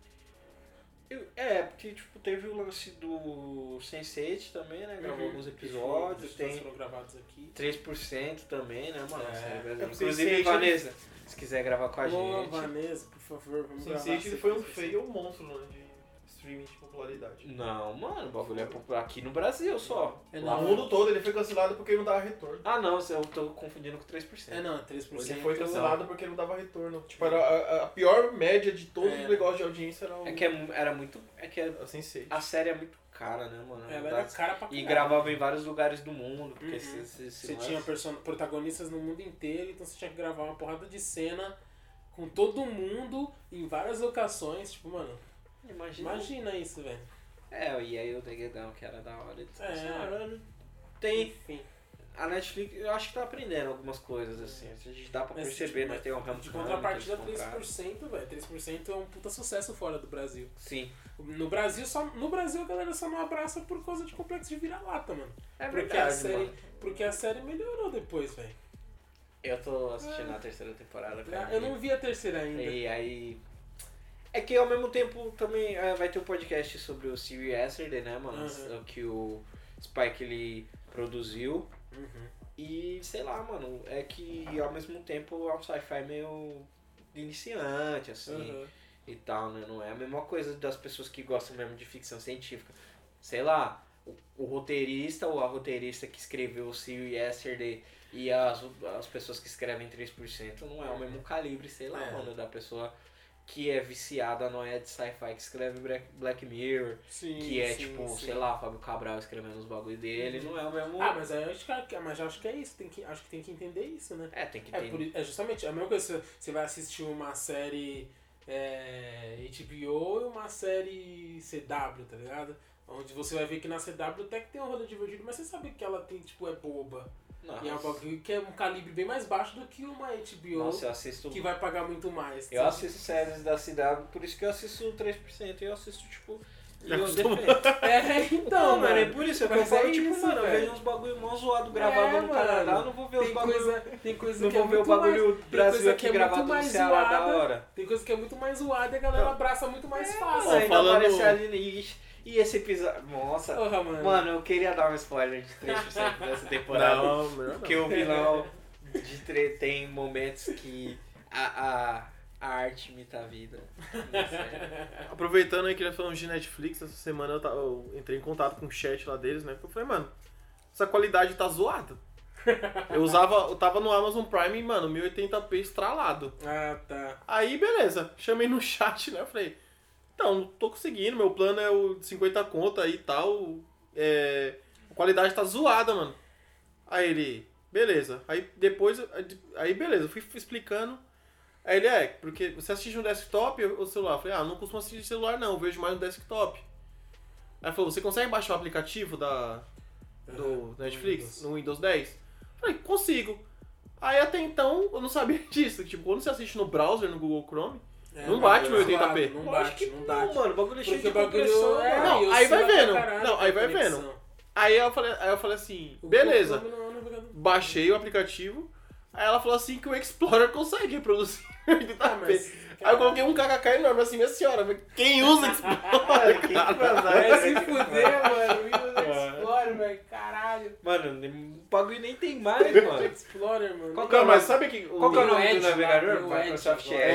Eu- É, porque, tipo, teve o lance do sense eight também, né? Gravou Uhum. alguns episódios. Os episódios Tem foram gravados aqui. três por cento também, né, mano? É. Série É brasileira. porque Inclusive, sense eight, Vanessa, se quiser gravar com a Ô, gente. Vanessa, por favor, vamos gravar. sense eight esse foi um episódio. fail monstro, né? De streaming de popularidade. Não, mano, o bagulho é popular aqui no Brasil só. É, Lá não. no mundo todo ele foi cancelado porque não dava retorno. Ah, não, eu tô confundindo com três por cento. É, não, três por cento. Ele foi cancelado porque não dava retorno. Tipo, era a, a pior média de todos É. os negócios de audiência era o É que é mu- era muito. É que é- a sense eight. a série é muito cara, né, mano? Ela Dá- era cara pra E caralho. gravava em vários lugares do mundo, porque Uhum. se, se, se Você lance- tinha person- protagonistas no mundo inteiro, então você tinha que gravar uma porrada de cena com todo mundo em várias locações. Tipo, mano, Imagina. imagina isso, velho. É, e aí o Degedão, que era da hora, eles É. cancelaram, né? Tem. Enfim. A Netflix, eu acho que tá aprendendo algumas coisas, assim. A gente dá pra Mas, perceber, tipo, né? Tem um ramo De ramo contrapartida, que eles três por compraram. cento, velho. três por cento é um puta sucesso fora do Brasil. Sim. No Brasil, só, no Brasil a galera só não abraça por causa de complexo de vira-lata, mano. É Porque verdade, a série, mano. porque a série melhorou depois, velho. Eu tô assistindo a terceira temporada, cara. Eu não vi a terceira ainda. E aí. É que ao mesmo tempo também é, vai ter um podcast sobre o See You Yesterday, né, mano? Uhum. Que o Spike ele produziu. Uhum. E sei lá, mano, é que ao mesmo tempo é um sci-fi meio iniciante, assim, Uhum. e tal, né? Não é a mesma coisa das pessoas que gostam mesmo de ficção científica. Sei lá, o, o roteirista ou a roteirista que escreveu o See You Yesterday e as, as pessoas que escrevem três por cento não é o mesmo calibre, sei lá, É. mano, da pessoa que é viciada no é de sci-fi, que escreve Black, Black Mirror, Sim, que é sim, tipo, sim. sei lá, Fábio Cabral escrevendo os bagulho dele, não é o mesmo... Ah, mas aí eu acho que, mas eu acho que é isso. Tem que, acho que tem que entender isso, né? É, tem que É, ter... por, é justamente a mesma coisa. Você vai assistir uma série é, H B O e uma série C W, tá ligado? Onde você vai ver que na C W até que tem um rolê divertido, mas você sabe que ela tem, tipo, é boba. Nossa. E é um bagulho que é um calibre bem mais baixo do que uma H B O Nossa, eu assisto. que vai pagar muito mais. Eu assisto séries da C W, por isso que eu assisto três por cento e eu assisto, tipo. E Já eu acostumou. defendo. É, então, Não, mano, é mano. por isso que eu Mas falo, é tipo, isso, mano, eu velho. vejo uns bagulho mó zoado gravado É, no mano. Canadá, eu não vou ver os Tem bagulho. coisa, tem coisa Não que é vou ver o muito mais, bagulho tem Brasil coisa aqui que é gravado muito no mais Ceará da zoada. hora. Tem coisa que é muito mais zoada e a galera Não. abraça muito mais Nossa, fácil. Ó, ainda falando- aparece ali e e esse episódio. Nossa. Porra, mano. Mano, eu queria dar um spoiler de três por cento dessa temporada. Não, melhor não. Porque o vilão de tre... tem momentos que a, a, a arte imita a vida. Na série. Aproveitando aí que nós falamos de Netflix, essa semana eu, tava- eu entrei em contato com o chat lá deles, né? Porque eu falei, mano, essa qualidade tá zoada. Eu usava, eu tava no Amazon Prime, mano, mil e oitenta p estralado. Ah, tá. Aí, beleza, chamei no chat, né? Eu falei, então, não tô conseguindo, meu plano é o de cinquenta conto aí e tal. É, a qualidade tá zoada, mano. Aí ele, beleza. Aí depois, aí beleza, eu fui explicando. Aí ele, é, porque você assiste no desktop ou celular? Eu falei, ah, não costumo assistir celular não, eu vejo mais no desktop. Aí ele falou, você consegue baixar o aplicativo da, do Uhum, Netflix Windows. no Windows dez? Eu falei, consigo. Aí até então eu não sabia disso. Tipo, quando você assiste no browser, no Google Chrome, É, Não bate mas meu oitenta p. Não Eu bate, acho que não não, bate. mano. O bagulho é cheio Porque de o bagulho compressão, é, mano. Não, e aí vai oscila pra vendo. caralho Não, aí a vai conexão. vendo. Aí eu falei, aí eu falei assim, O beleza. Google Chrome não é navegador. Baixei o aplicativo. Aí ela falou assim que o Explorer consegue reproduzir oitenta Ah, p. mas, Aí eu coloquei um kkk enorme assim, minha senhora, mas quem usa Explorer, Quem cara? que vai usar Vai isso se aqui? fuder, mano. Windows É. Explorer, velho. Caralho. Mano, o bagulho nem tem mais, mano. Explorer, mano. Qual que é Não, o mas nome? sabe que... Qual que é o Tem o nome do Edge lá, navegador? tem o Microsoft Edge agora. Edge. Edge.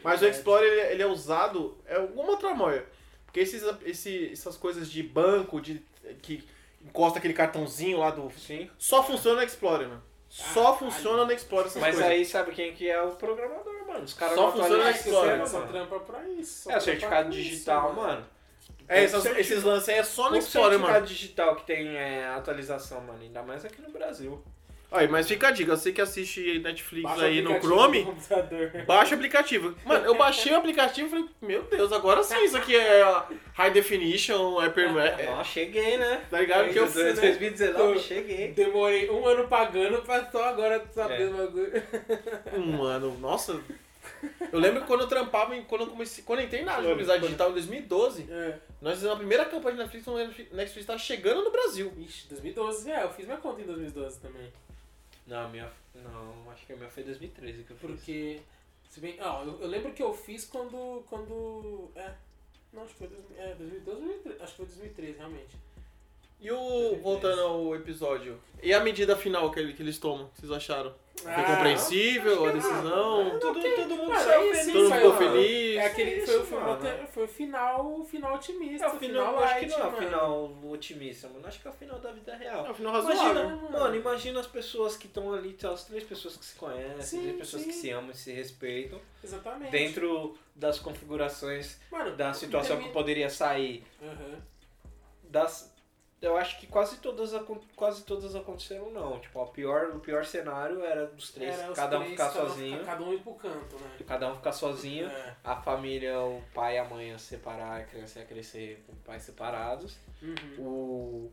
Mas o Explorer, ele, ele é usado... É alguma tramóia. Porque esses, esse, essas coisas de banco, de que encosta aquele cartãozinho lá do... Sim. Só funciona no Explorer, mano. Só Ah, funciona no Explorer essas Mas coisas. aí sabe quem que é o programador, mano? Os caras Só não funciona atualizam no o Explorer, sistema, Só mano. trampa pra isso. só É, o trampa certificado pra isso, digital, mano. É, essas- Certificado- esses lances aí é só no Pouco Explorer, certificado mano. digital que tem é, atualização, mano. Ainda mais aqui no Brasil. Aí, mas fica a dica, você que assiste Netflix Baixa o aí no aplicativo Chrome, do computador. baixa o aplicativo. Mano, eu baixei o aplicativo e falei, meu Deus, agora sim, isso aqui é High Definition, Hyper... É, Ó, cheguei, né? tá ligado? Que eu, sei, né? dois mil e dezenove, Eu- cheguei. Demorei um ano pagando pra só agora saber É. o bagulho. um ano, nossa... Eu lembro que quando eu trampava, em- quando eu comecei, quando eu entrei na Quando- publicidade quando- digital em dois mil e doze, É. nós fizemos a primeira campanha de Netflix, quando o Netflix estava chegando no Brasil. Ixi, dois mil e doze. É, eu fiz minha conta em dois mil e doze também. Não, a minha. Não, acho que a minha foi dois mil e treze que eu fiz. Porque. Se bem. Ó, eu, eu lembro que eu fiz quando. Quando. É. Não, acho que foi dois mil, é, dois mil e doze, dois mil e treze. Acho que foi dois mil e treze, realmente. E o, voltando ao episódio, e a medida final que, ele- que eles tomam, vocês acharam? Foi Ah, compreensível a acho que- decisão? Todo, todo mundo Mano, saiu é isso, feliz. Todo mundo saiu, ficou mano. feliz? É aquele Isso, foi, o final, mano. foi o final, o final otimista. É o final, eu acho que light, não é o mano. final otimista, mano. Acho que é o final da vida real. É o final Imagina, razoável. mano. mano, imagina as pessoas que estão ali, tem as três pessoas que se conhecem, Sim, três pessoas sim. que se amam e se respeitam, Exatamente. dentro das configurações Mano, da situação que termina- poderia sair. Aham. Das, eu acho que quase todas, acon- quase todas aconteceram não. Tipo, o pior, o pior cenário era dos três, Era os cada um três, ficar cada um sozinho. fica- Cada um ir pro canto, né? Cada um ficar sozinho. É. A família, o pai e a mãe ia se separar, a criança ia crescer com pais separados. Uhum. O,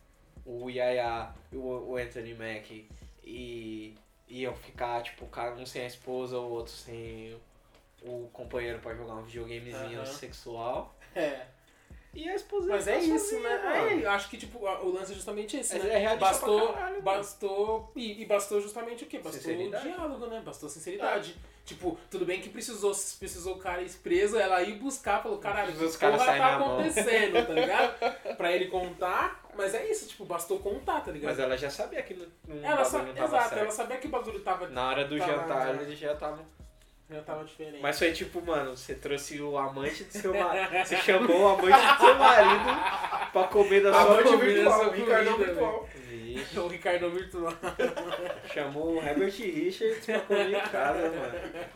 o Yaya e o, o Anthony Mack e, iam ficar, tipo, cada um sem a esposa, o outro sem o companheiro pra jogar um videogamezinho Aham. sexual. É. E a esposa Mas ia é ficar isso, sozinha, né? mano. É, eu acho que tipo, a- o lance é justamente esse, Mas né? é realista bastou, pra caralho, mano. bastou e, e bastou justamente o quê? Bastou Sinceridade. o diálogo, né? Bastou sinceridade. Tipo, tudo bem que precisou, precisou o cara ir preso, ela ir buscar, falou, caralho, Os que caras porra saem tá na mão. acontecendo, tá ligado? Pra ele contar, mas é isso, tipo, bastou contar, tá ligado? Mas ela já sabia que não, não, ela bagulho sa- não tava exato, certo. ela sabia que o bagulho tava, Na hora do Tava- jantar, já. eles já estavam... já tava diferente. Mas foi tipo, mano, você trouxe o amante do seu marido. Você chamou o amante do seu marido pra comer da sua Amante comida. virtual, sua Ricardão comida, virtual. velho. Vixe, O Ricardo virtual. chamou o Herbert Richards pra comer em casa, mano.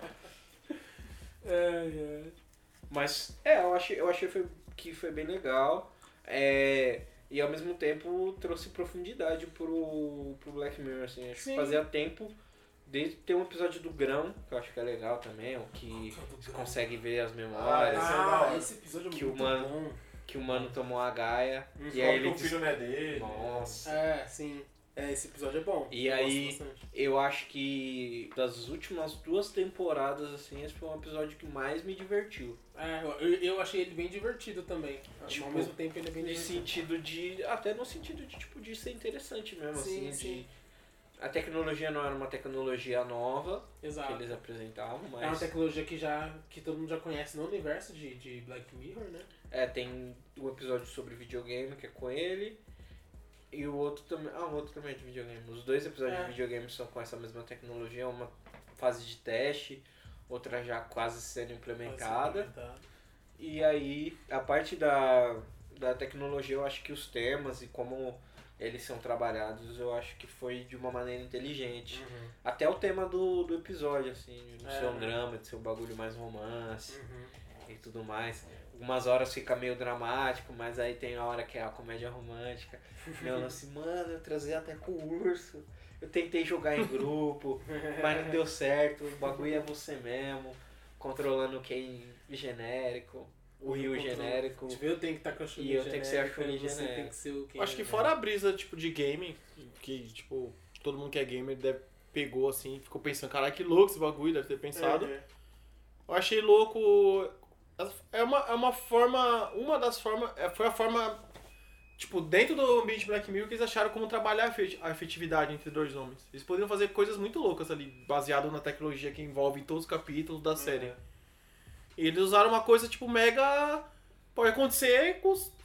É, é. Mas, é, eu achei, eu achei foi, que foi bem legal. É, e ao mesmo tempo trouxe profundidade pro, pro Black Mirror, assim. Acho Sim. que fazia tempo. Desde tem um episódio do Grão, que eu acho que é legal também, o que Qual que é o do você Grão? consegue ver as Ah, memórias. esse é da Ah, hora. esse episódio é Que o muito mano- bom. Que o mano tomou a gaia. Uhum. E aí Descobre que ele o filho não é dele. Nossa. É, sim. É, esse episódio é bom. E Eu gosto aí- bastante. Eu acho que das últimas duas temporadas, assim, esse foi um episódio que mais me divertiu. É, eu, eu achei ele bem divertido também. Tipo, Ao mesmo tempo ele é bem No divertido. sentido de. Até no sentido de, tipo, de ser interessante mesmo, Sim, assim. sim. De, a tecnologia não era uma tecnologia nova que Exato. eles apresentavam, É uma mas. tecnologia que, já, que todo mundo já conhece no universo de, de Black Mirror, né? É, tem o episódio sobre videogame, que é com ele. E o outro também. Ah, o outro também é de videogame. Os dois episódios É. de videogame são com essa mesma tecnologia, uma fase de teste, outra já quase sendo implementada. Implementado. E aí, a parte da, da tecnologia, eu acho que os temas e como eles são trabalhados, eu acho que foi de uma maneira inteligente. Uhum. Até o tema do, do episódio, assim, de É, ser um né? drama, de ser um bagulho mais romance Uhum. e tudo mais. Algumas horas fica meio dramático, mas aí tem a hora que é a comédia romântica. Meu lance, mano, eu trazia até com o urso. Eu tentei jogar em grupo, mas não deu certo. O bagulho é você mesmo, controlando quem genérico, o Rio Controle. genérico. Tipo, eu tenho que estar com a Chun-Li E eu tenho que ser a genérica, Chun-Li você genérica. tem que ser o quê? Acho que né? fora a brisa, tipo, de gaming, que, tipo, todo mundo que é gamer deve, pegou, assim, ficou pensando, caralho, que louco esse bagulho, deve ter pensado. É, é. Eu achei louco... É uma, é uma forma... Uma das formas... é- Foi a forma... Tipo, dentro do ambiente Black Mirror, que eles acharam como trabalhar a efet- a efetividade entre dois homens. Eles poderiam fazer coisas muito loucas ali, baseado na tecnologia que envolve todos os capítulos da série. É. E eles usaram uma coisa, tipo, mega... Pode acontecer com,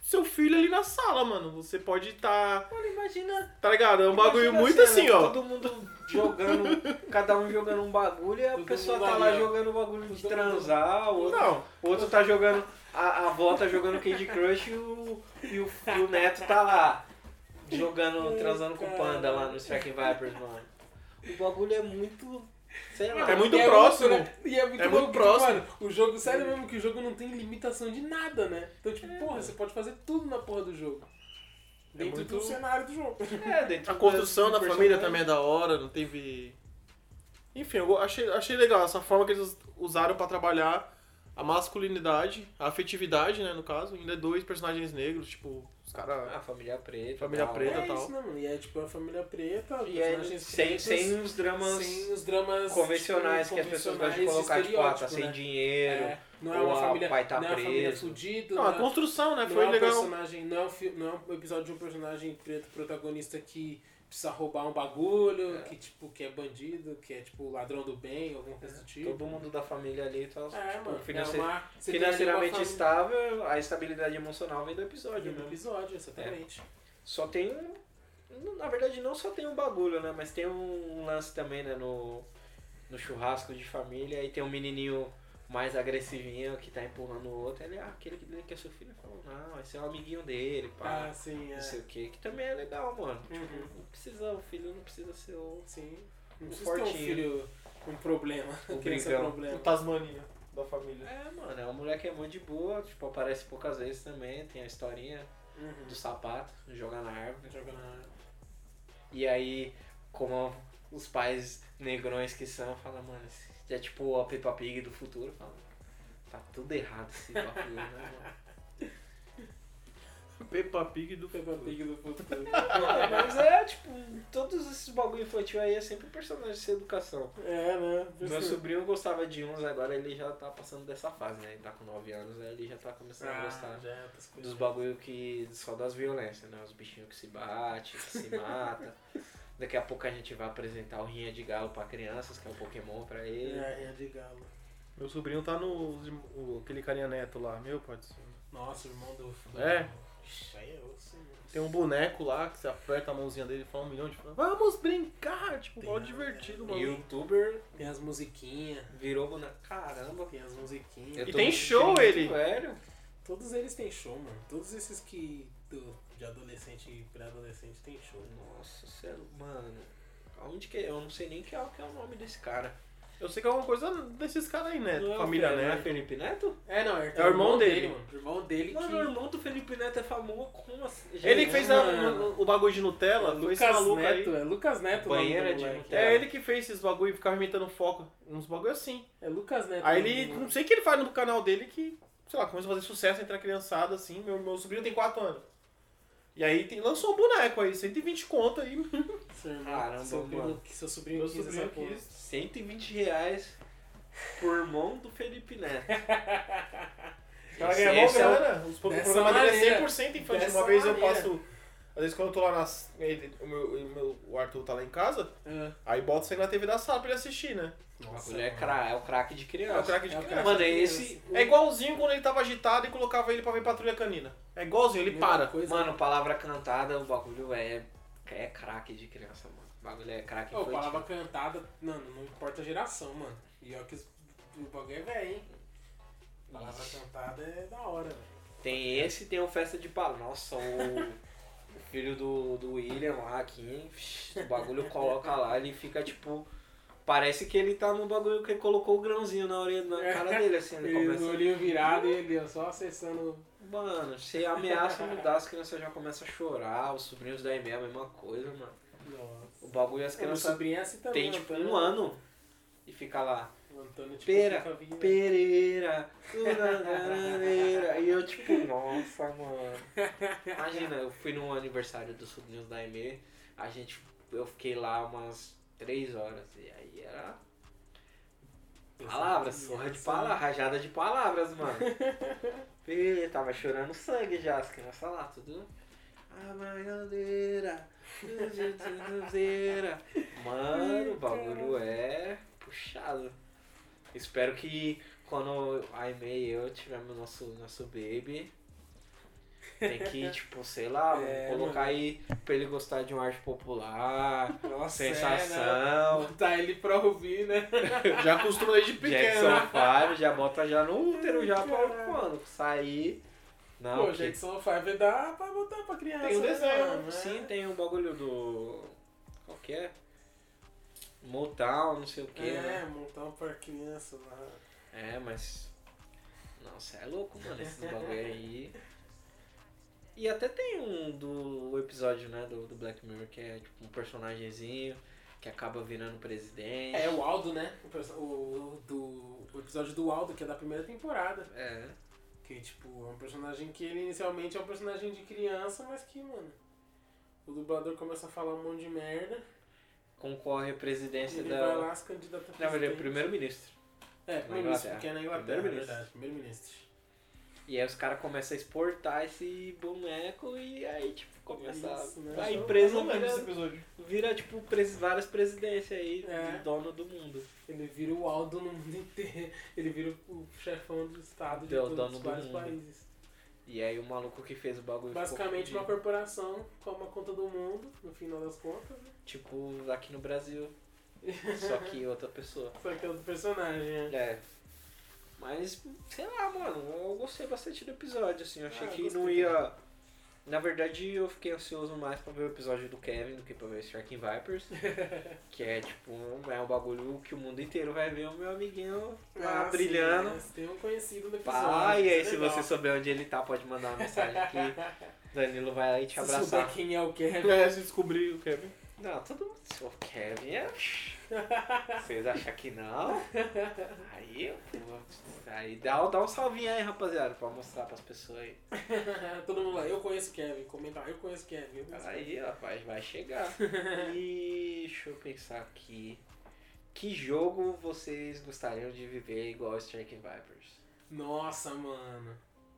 seu filho ali na sala, mano. Você pode estar... Tá, Mano, imagina... tá ligado? É um bagulho imagina muito assim, assim, né? ó. Todo mundo jogando, cada um jogando um bagulho e a Todo pessoa mundo tá ali, lá ó. jogando o bagulho de Todo transar, o outro, Não. o outro tá jogando... A, a avó tá jogando Candy Crush e o, e o, e o neto tá lá jogando, transando com o panda lá no Striking Vipers, mano. O bagulho é muito... Sei lá. É muito E próximo. louco, né? E é muito, É louco, muito porque, próximo. Mano, o jogo, sério mesmo que o jogo não tem limitação de nada, né? Então, tipo, É, porra, mano. você pode fazer tudo na porra do jogo. Dentro muito- do cenário do jogo. É, dentro A construção do da família personagem. também é da hora, não teve... Enfim, eu go- achei, achei legal essa forma que eles usaram pra trabalhar a masculinidade, a afetividade, né, no caso. Ainda dois personagens negros, tipo, os caras... A família preta. Família tal. preta. É tal. isso, né, mano? E é tipo a família preta, E aí, personagens sem, pretos, sem os dramas sem os dramas convencionais tipo, que as pessoas gostam de convencionais, colocar, tipo, ah, tá estereótipo, sem né? dinheiro. É, não é ou uma a- família, o pai tá não é uma família preso. fudida, Não, não a é- construção, né, não foi é um legal. personagem, não é, um, fi- não é um episódio de um personagem preto protagonista que precisa roubar um bagulho, É. que tipo, que é bandido, que é tipo ladrão do bem, alguma coisa do tipo. Todo mundo da família ali tá É, tipo, mano. financi- é uma, você tem ali uma financeiramente família- estável, a estabilidade emocional vem do episódio, do né? episódio, exatamente. Só tem um. Na verdade, não só tem um bagulho, né? Mas tem um lance também, né? No, no churrasco de família. Aí tem um menininho mais agressivinho que tá empurrando o outro. Ele é ah, aquele que, que é seu filho. Falou, não, esse é um amiguinho dele, pá. Ah, sim, é. Não sei o que. Que também é legal, mano. Tipo, Uhum. não precisa, o filho não precisa ser o. Sim. Não Um precisa ter um fortinho. filho com problema. Um criança brincão. O problema. Tasmania da família. É, mano, é um moleque que é muito de boa. Tipo, aparece poucas vezes também. Tem a historinha Uhum. do sapato, jogar na árvore. Joga na... E aí, como os pais negrões que são, falam, mano, esse é tipo a Peppa Pig do futuro, fala, tá tudo errado esse bagulho, né, mano? Peppa Pig do Peppa Pig do futuro. Ah, mas é, tipo, todos esses bagulho infantil aí é sempre personagem sem educação. É, né? Meu sobrinho gostava de uns, agora ele já tá passando dessa fase, né? Ele tá com nove anos, aí ele já tá começando a Ah, gostar já é outras coisas. dos bagulho que. Só das violências, né? Os bichinhos que se batem, que se matam. Daqui a pouco a gente vai apresentar o Rinha de Galo pra crianças, que é um Pokémon pra ele. É, é de galo. Meu sobrinho tá no... o- aquele carinha neto lá, meu pai do céu. Nossa, o irmão do... do... É. Ixi, aí é osso, mano. Tem um boneco lá que você aperta a mãozinha dele e fala um milhão de frases. Vamos brincar! Tipo, mó divertido, mano. Youtuber Tem as musiquinhas. virou boneco. Caramba. Tem as musiquinhas. Eu E tô tem me show, sentindo ele. muito velho. Todos eles têm show, mano. Todos esses que... Do, de adolescente e pré-adolescente tem show. Nossa, sério, mano. Aonde que é? Eu não sei nem que é, que é o nome desse cara. Eu sei que é alguma coisa desses caras aí, né? Não é o Família Fe- não é Neto. Felipe Neto? É, não, é, É o irmão dele. mano. O irmão dele Mano, que... o irmão do Felipe Neto é famoso. Como assim? Ele Gente, que fez a- mano. o, o bagulho de Nutella, É foi esse Lucas maluco Neto, aí. é Lucas Neto o nome Banheira do de moleque. Nutella. É ele que fez esses bagulho e ficava imitando foco. Uns bagulho assim. É Lucas Neto. Aí o nome ele, do- não sei o que ele faz no canal dele que, sei lá, começou a fazer sucesso entre a criançada, assim. Meu, meu sobrinho tem quatro anos. E aí tem, lançou um boneco aí, cento e vinte conto aí. Seu irmão, Caramba, seu primo, mano. que seu sobrinho Meu quis sobrinho essa porra. quis. cento e vinte reais por irmão do Felipe Neto. O cara Esse- ganha mó esse é o- grana. Os- O Dessa programa dele é maneira. cem por cento infantil. Dessa Uma vez eu maneira. passo. Às vezes quando eu tô lá nas. ele- o, meu, o meu- o Arthur tá lá em casa, É. aí bota isso aí na T V da sala pra ele assistir, né? O Nossa, bagulho é, mano. cra, é o craque de criança. É o craque de É o criança. Mano, é de esse. criança. É igualzinho quando ele tava agitado e colocava ele pra ver Patrulha Canina. É igualzinho, ele Mesma para. coisa, Mano, palavra cantada, o bagulho é. É craque de criança, mano. O bagulho é craque Ô, infantil. palavra cantada, mano, não importa a geração, mano. E ó que os- o bagulho é velho, hein? Palavra cantada é da hora, velho. Tem esse e tem o Festa de Palo. Nossa, o, o filho do, do William lá, aqui, o bagulho coloca lá, ele fica tipo. Parece que ele tá no bagulho que ele colocou o grãozinho na orelha, na cara dele, assim, ele Ele começa. o olhinho virado e ele ó, só acessando. Mano, você ameaça mudar, as crianças já começam a chorar, os sobrinhos da E M E a mesma coisa, mano. Nossa. O bagulho as Meu crianças sobrinho é assim também. tem o tipo Antônio- um ano e fica lá. O Antônio, tipo, Pera, fica via- Pereira, Pereira. E eu tipo, nossa, mano. Imagina, eu fui no aniversário dos sobrinhos da E M E, a gente, eu fiquei lá umas três horas. E aí era palavras, sorra de palavras, rajada de palavras, mano. E tava chorando sangue já, as crianças lá, tudo. A maiadeira, mano, o bagulho é puxado. Espero que quando a E M E e eu tivermos nosso, nosso baby, Tem que, tipo, sei lá, É, colocar mano. aí pra ele gostar de uma arte popular, Nossa, sensação. É, né? Botar ele pra ouvir, né? Já acostuma desde pequeno. Jackson Five, já bota já no útero já pra quando sair. Não, Pô, porque Jackson Five dá pra botar pra criança. Tem um né, desenho, mano? É. sim, tem o bagulho do. Qual que é? Motown, não sei o que. É, Né? montar pra criança lá. É, mas. Nossa, é louco, mano, esses bagulho aí. E até tem um do episódio, né, do, do Black Mirror, que é tipo um personagemzinho que acaba virando presidente. É, o Aldo, né? O, perso- o, do, o episódio do Aldo, que é da primeira temporada. É. Que, tipo, é um personagem que ele inicialmente é um personagem de criança, mas que, mano, o dublador começa a falar um monte de merda. Concorre à presidência Ele da. vai lá, se candidata a Na verdade, presidente. primeiro-ministro. É, na primeiro-ministro, Inglaterra. porque é na Inglaterra, é Primeiro-ministro. verdade, primeiro-ministro. E aí os caras começam a exportar esse boneco e aí, tipo, começa Isso, né? a. A Eu empresa não lembro desse vira, episódio. vira tipo, pres, várias presidências aí, É. de dono do mundo. Ele vira o Aldo no mundo inteiro. Ele vira o chefão do estado de É o todos dono os do vários mundo. países. E aí o maluco que fez o bagulho Basicamente ficou uma fudido. corporação toma conta do mundo, no final das contas, né? Tipo, aqui no Brasil. Só que outra pessoa. Só que é outro personagem, né? É. Mas, sei lá, mano, eu gostei bastante do episódio, assim. Eu achei Ah, que gostei não ia. Na verdade, eu fiquei ansioso mais pra ver o episódio do Kevin do que pra ver Striking Vipers. Que é tipo, um- é um bagulho que o mundo inteiro vai ver o meu amiguinho lá Ah, brilhando. sim, né? Tem um conhecido no episódio. Pá, e aí isso é se legal. você souber onde ele tá, pode mandar uma mensagem aqui. Danilo vai lá e te Se abraçar. souber quem é o Kevin. É, se descobrir o Kevin. Não, todo mundo. Se o Kevin é. Vocês acham que não? Aí, pô, aí dá, dá um salvinho aí, rapaziada, pra mostrar pras pessoas aí. Todo mundo lá, eu conheço o Kevin. Comenta, eu conheço o Kevin. Eu conheço o Kevin. Aí, rapaz, vai chegar. E deixa eu pensar aqui. Que jogo vocês gostariam de viver igual Striking Vipers? Nossa, mano.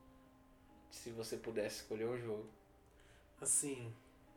Se você pudesse escolher um jogo. Assim.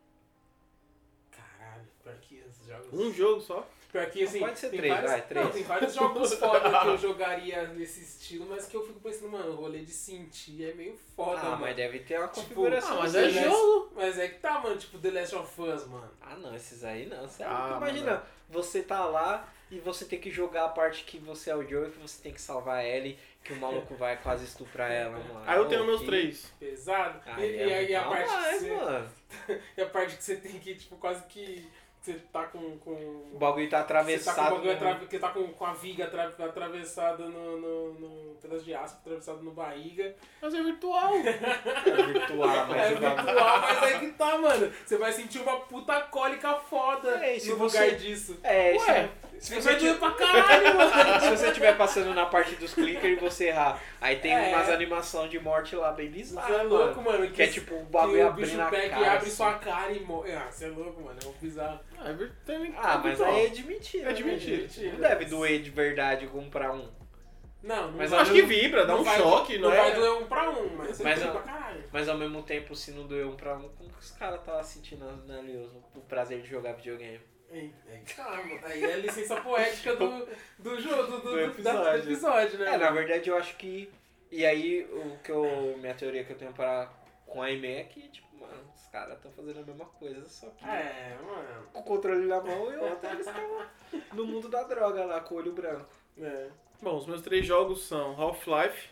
Caralho, pior que esses jogos. Um jogo só. Pior que assim. Pode ser tem três, vários, vai, três. Não, tem vários jogos foda que eu jogaria nesse estilo, mas que eu fico pensando, mano, o rolê de sentir é meio foda, Ah, mano. mas deve ter uma Tipo, configuração. ah, mas The é Last- jogo. Mas é que tá, mano, tipo The Last of Us, mano. Ah, não, esses aí não. Você Ah, imagina, mano. você tá lá e você tem que jogar a parte que você é o Joe e que você tem que salvar ela e que o maluco vai quase estuprar ela, mano. Aí eu tenho Pô, meus que- três. Pesado. Ah, e, é e aí a muito parte mais, que você, mano. e a parte que você tem que, tipo, quase que. Você tá com. com O bagulho tá Você tá com, o atravessado. bagulho no- atra- que tá com, com a viga atra- atravessada no, no, no pedaço de aço, atravessado no barriga. Mas é virtual. É virtual, mas É o bagulho- virtual, mas aí que tá, mano. Você vai sentir uma puta cólica foda É, e se no você- lugar disso. É, Ué, se, se você você vai doer ti- pra caralho, mano. se você estiver passando na parte dos clickers e você errar, aí tem É. umas animações de morte lá bem Você bizarras, é louco, mano. Que é tipo o que bagulho o bicho abrindo a pega cara. e abre assim. sua cara e morre. Ah, você é louco, mano. É um bizarro. Ah, é vir- tem- Ah, é mas virtual. aí é de mentira. É de né, mentira. gente? Não deve doer de verdade comprar um. Não, não Mas vai, Acho que vibra, dá não um vai- choque, não, não é? vai doer um pra um, mas, Mas você eu- pra caralho. Mas ao mesmo tempo, se não doer um pra um, como que os caras tá sentindo na ali o prazer de jogar videogame? Ei, aí tá, mano. Aí é a licença poética do, do jogo, do, do, Do do- episódio. da- do episódio, né? É, na verdade eu acho que. E aí, o que eu. Minha teoria que eu tenho para com a Aimee é que, tipo, mano, os caras estão fazendo a mesma coisa, só que É, mano. com o controle na mão e o outro eles estão no mundo da droga lá, com o olho branco. É. Bom, os meus três jogos são Half-Life,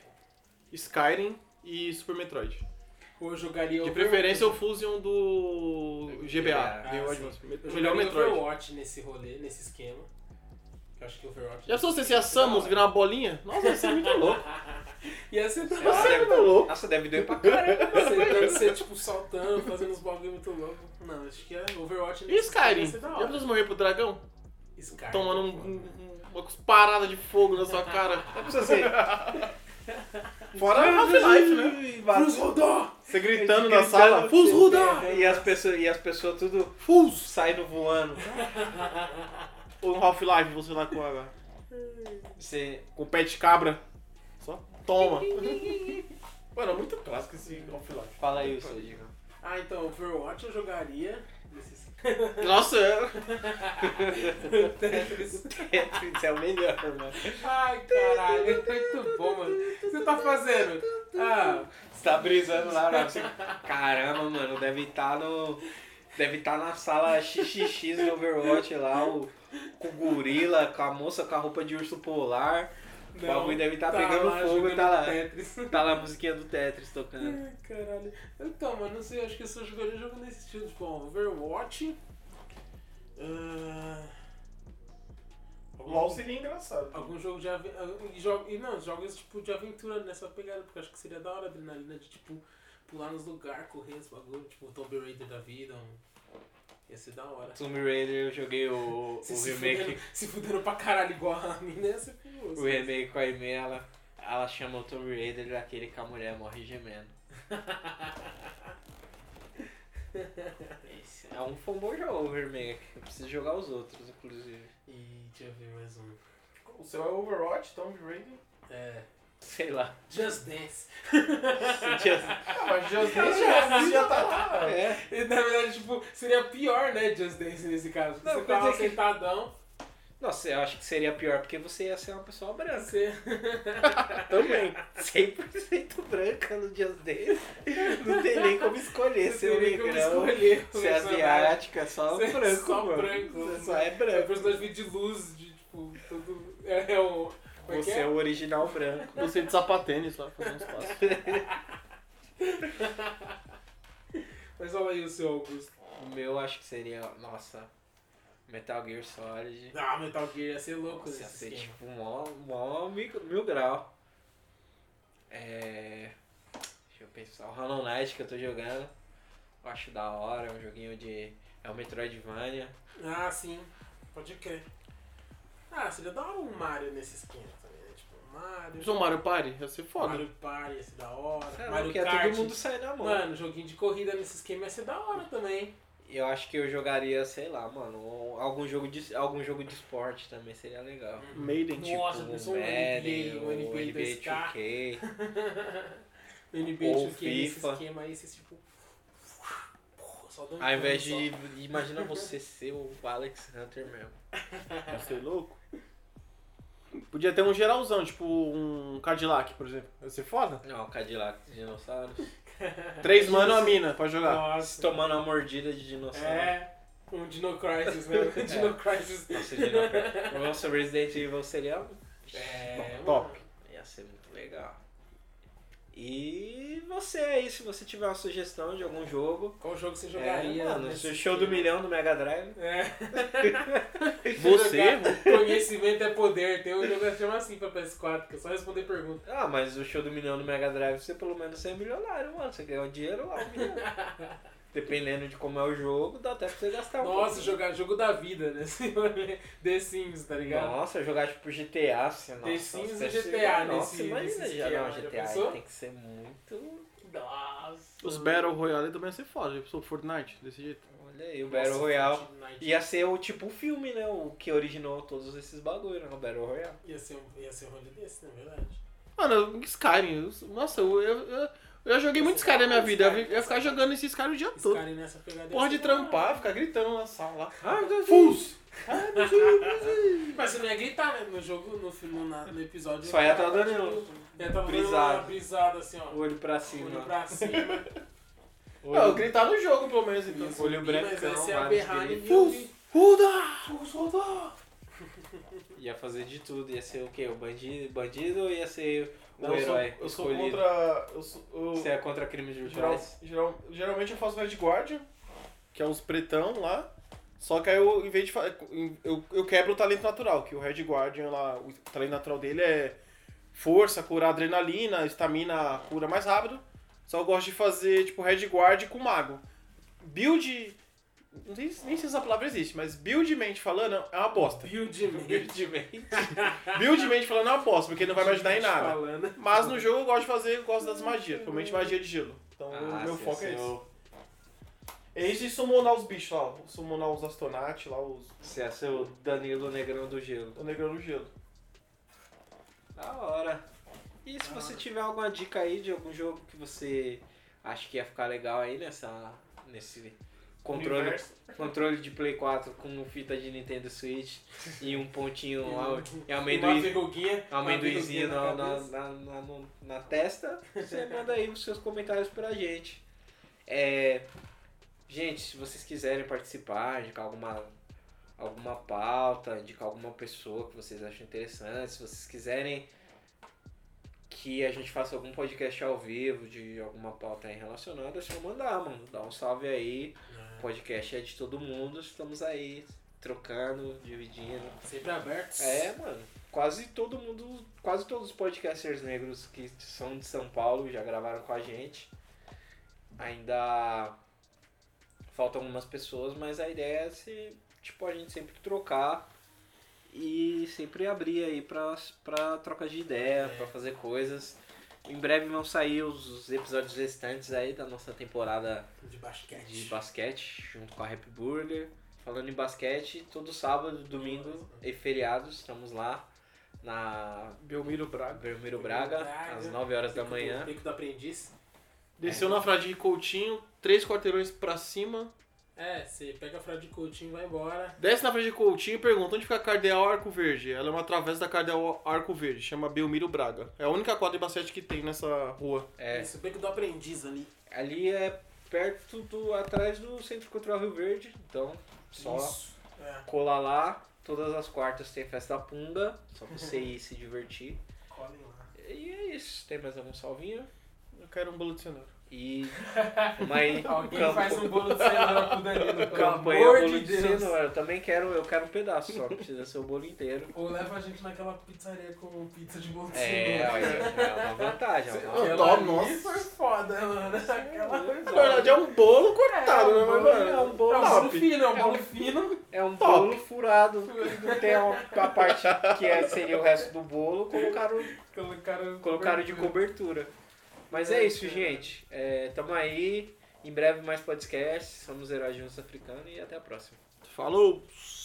Skyrim e Super Metroid. Ou eu jogaria De Overwatch. preferência o Fusion do G B A. Ah, Game sim. Advance. Eu Melhor jogaria Metroid. Overwatch nesse rolê, nesse esquema. Eu acho que Overwatch... Já pensou se você a Samus virar uma bolinha? Nossa, ia ser muito louco. Ia ser da Nossa, Você é deve, muito louco. nossa, deve doer pra caramba. Você deve ser, tipo, saltando, fazendo uns bagulho muito louco. Não, acho que é Overwatch E nesse esquema Skyrim? ia ser da Já hora. pensou se morrer pro dragão? Skyrim. Tomando um, um, uma parada de fogo na sua cara. Não precisa ser. Fora Half-Life, né? Cruz rodar! Você gritando Gritando, na sala, Fus Ruda! E as pessoas, e as pessoas tudo Fus! saindo voando. Ou no Half-Life, você lá com a, Você. com o pé de cabra. Só toma. Mano, é muito clássico esse Half-Life. Fala aí o seu, Diego. Ah, então, Overwatch eu jogaria. Nesses... Nossa, é... Tetris. Tetris é o melhor, mano. Ai, caralho, é muito bom, mano. O que você tá fazendo? Ah, Você tá brisando lá, lá você... Caramba, mano, deve estar no... Deve estar na sala X X X do Overwatch lá, o, com o gorila, com a moça com a roupa de urso polar. O bagulho deve estar tá pegando fogo e tá lá. Tetris. Tá lá a musiquinha do Tetris tocando. Ai, caralho. Então, mano, não sei, acho que eu só jogaria jogo nesse estilo, tipo, Overwatch. Uh... LOL seria engraçado. Algum jogo de aventura. E não, jogos tipo de aventura nessa pegada, porque acho que seria da hora a adrenalina de tipo pular nos lugares, correr esse bagulho, tipo o Tomb Raider da vida. Um... Ia ser da hora. Tomb Raider eu joguei o, o se remake. Fudendo, se fudendo pra caralho igual a mina, ia ser perigoso. O remake com a Aimee, ela, ela chama o Tomb Raider daquele que a mulher morre gemendo. Esse é um foi um bom jogo o remake. Eu preciso jogar os outros, inclusive. E deixa eu ver mais um. O seu é Overwatch, Tomb Raider? É. Sei lá. Just Dance. Just... Ah, mas Just Dance já, já tá lá. É. E, na verdade, tipo, seria pior, né, Just Dance nesse caso. Não, você tava que... sentadão. Nossa, eu acho que seria pior porque você ia ser uma pessoa branca. Você... Também. cem por cento branca no Just Dance. Não tem nem como escolher ser um negrão, ser asiática, só Cê branco, só mano. branco. Você só é É branco. personagem de luz, de tipo, todo... É, é o... Como é que Você é é? o original branco. Você de sapatênis lá, fazendo uns passos. Mas olha aí o seu, Augusto. O meu acho que seria, nossa, Metal Gear Solid. Ah, Metal Gear ia ser louco Nossa, ia nesse ser esquema. tipo mó, mó mil, mil grau. É... Deixa eu pensar. O Hollow Knight que eu tô jogando. Eu acho da hora, é um joguinho de... É um Metroidvania. Ah, sim. Pode crer. Ah, seria da hora um Mario nesse esquema também, né? Tipo, um Mario... Sou Mario Party, ia ser foda. Mario Party ia ser da hora. Sei lá, Mario porque Kart. todo mundo sai na mão. Mano, joguinho de corrida nesse esquema ia ser da hora também. Eu acho que eu jogaria, sei lá, mano, algum jogo de, algum jogo de esporte também seria legal. Maiden, tipo. Nossa, Tipo, pensou o um Madden, N B A, um N o B A N B A dois K. dois K. O N B A Ou dois K nesse FIFA. esquema aí, você tipo... Porra, só dando Ao invés só. de... Imagina você ser o Alex Hunter mesmo. Ia ser louco. Podia ter um geralzão, tipo um Cadillac, por exemplo. Ia ser foda. Não, o Cadillac de dinossauros. Três mano a mina pra jogar. Nossa. Tomando uma mordida de dinossauro. É, um Dino Crisis, né? Um Dino Crisis. Nossa, Dino... Nossa, Resident Evil seria... É, Top. Ia ser muito legal. E você aí, se você tiver uma sugestão de algum jogo... Qual jogo você É, jogaria? mano, nesse o show do esquema? milhão do Mega Drive. É. Você? Jogar Conhecimento é poder. Tem um jogo que chama assim pra P S quatro, que é só responder pergunta. Ah, mas o show do milhão do Mega Drive, você pelo menos é milionário, mano. Você ganha um dinheiro lá, um milhão. Dependendo de como é o jogo, dá até pra você gastar um Nossa, pouco. jogar jogo da vida, né? The Sims, tá ligado? Nossa, jogar tipo G T A, assim, nossa. The Sims você e G T A chega- nesse- Nossa, imagina nesse já não, esquema, G T já A pensou? tem que ser muito... Nossa. Os Battle Royale também ia ser foda, tipo Fortnite, desse jeito. Olha aí, o Nossa, Battle Royale. Fortnite. Ia ser o tipo filme, né? O que originou todos esses bagulho, né? O Battle Royale. Ia ser um, ia ser um rolê desse, na verdade. Mano, Skyrim, eu- nossa, eu, eu, eu, eu já joguei muito Skyrim na minha vida. Eu ia ficar jogando esse Skyrim o dia todo. Skyrim nessa pegada. Porra ia de ser da hora. trampar, ficar gritando na sala lá. Ai, Deus Fus! Mas você não ia gritar, né? No jogo, no, no, na- no episódio. Só ia tá tava, dando tipo, ia tava dando brisado. uma brisada assim, ó. O olho pra cima. Olho pra cima. Não, eu gritar no jogo pelo menos, então. Ia olho subir, brancão, mas aí você ia vários berrar e gritos. ia ouvir. Ruda! Ruda! Ia fazer de tudo. Ia ser o quê? O bandido, bandido ou ia ser o Não, eu sou, herói eu sou escolhido? contra. Eu sou, eu, Você é contra crimes geral, virtuais? geral, geralmente eu faço Red Guardian, que é os pretão lá. Só que aí eu, em vez de fa- eu, eu quebro o talento natural, que o Red Guardian lá, o talento natural dele é força, curar adrenalina, estamina, cura mais rápido. Só eu gosto de fazer tipo Red Guard com mago. Build. Não sei nem se essa palavra existe, mas buildmente falando é uma bosta. Buildmente. Humildemente. Buildmente falando é uma bosta, porque não vai me ajudar em nada. Falando. Mas no jogo eu gosto de fazer, eu gosto das magias, principalmente magia de gelo. Então o meu você foco ia é ser esse. o- É isso de summonar os bichos lá, summonar os Astonauts lá, os. Você ia ser o Danilo Negrão do Gelo. O negrão no gelo. Da hora. E se você tiver alguma dica aí de algum jogo que você acha que ia ficar legal aí nessa, nesse controle, Universo. controle de Play quatro com fita de Nintendo Switch e um pontinho E lá, um- e Uma amendoim, verruguinha. uma amendoinzinho verruguinha na, na, cabeça. na, na, no- na testa, você manda aí os seus comentários pra gente. É, gente, se vocês quiserem participar, indicar alguma, alguma pauta, indicar alguma pessoa que vocês acham interessante, se vocês quiserem que a gente faça algum podcast ao vivo de alguma pauta aí relacionada, é só mandar, mano. Dá um salve aí. O podcast é de todo mundo, estamos aí trocando, dividindo. Sempre abertos. É, mano. Quase todo mundo, quase todos os podcasters negros que são de São Paulo já gravaram com a gente. Ainda faltam algumas pessoas, mas a ideia é se, tipo, a gente sempre trocar e sempre abrir aí pra, pra troca de ideia, É. pra fazer coisas. Em breve vão sair os, os episódios restantes aí da nossa temporada De basquete. de basquete, junto com a Happy Burger. Falando em basquete, todo sábado, domingo e feriados, estamos lá na Belmiro Braga. Belmiro Braga, Braga. às nove horas da Pico do- manhã. Pico do aprendiz. Desceu na Frade Coutinho, três quarteirões pra cima. É, você pega a fralda de Coutinho e vai embora. Desce na Frade Coutinho e pergunta onde fica a Cardeal Arco Verde. Ela é uma travessa da Cardeal Arco Verde, chama Belmiro Braga. É a única quadra de basquete que tem nessa rua. É, Isso, o Pico do aprendiz ali. ali é perto do, atrás do Centro Cultural Rio Verde, então só Isso. É, colar lá. Todas as quartas tem festa punga, só pra você ir se divertir. colhem lá. E é isso, tem mais algum salvinho? Eu quero um bolo de cenoura. E vamos aí, Alguém campo- faz um bolo de cenoura pro Danilo, pelo campanha amor bolo de de Deus. cenoura. Eu também quero, eu quero um pedaço só, não precisa ser o bolo inteiro. Ou leva a gente naquela pizzaria com pizza de bolo de É, cenoura. olha, é uma vantagem. É uma... Aquela Top, ali nossa. foi foda, mano. Aquela foi Na verdade é um bolo cortado, É, né? um Mas, bolo- mano, é um bolo É um bolo top. fino, é um bolo fino. É um Top. bolo furado, que não tem a, a parte que é- seria o resto do bolo, colocaram, Colocaram, colocaram de cobertura. Mas é isso, gente. É, tamo aí. Em breve mais podcast. Somos Heróis de Africano e até a próxima. falou!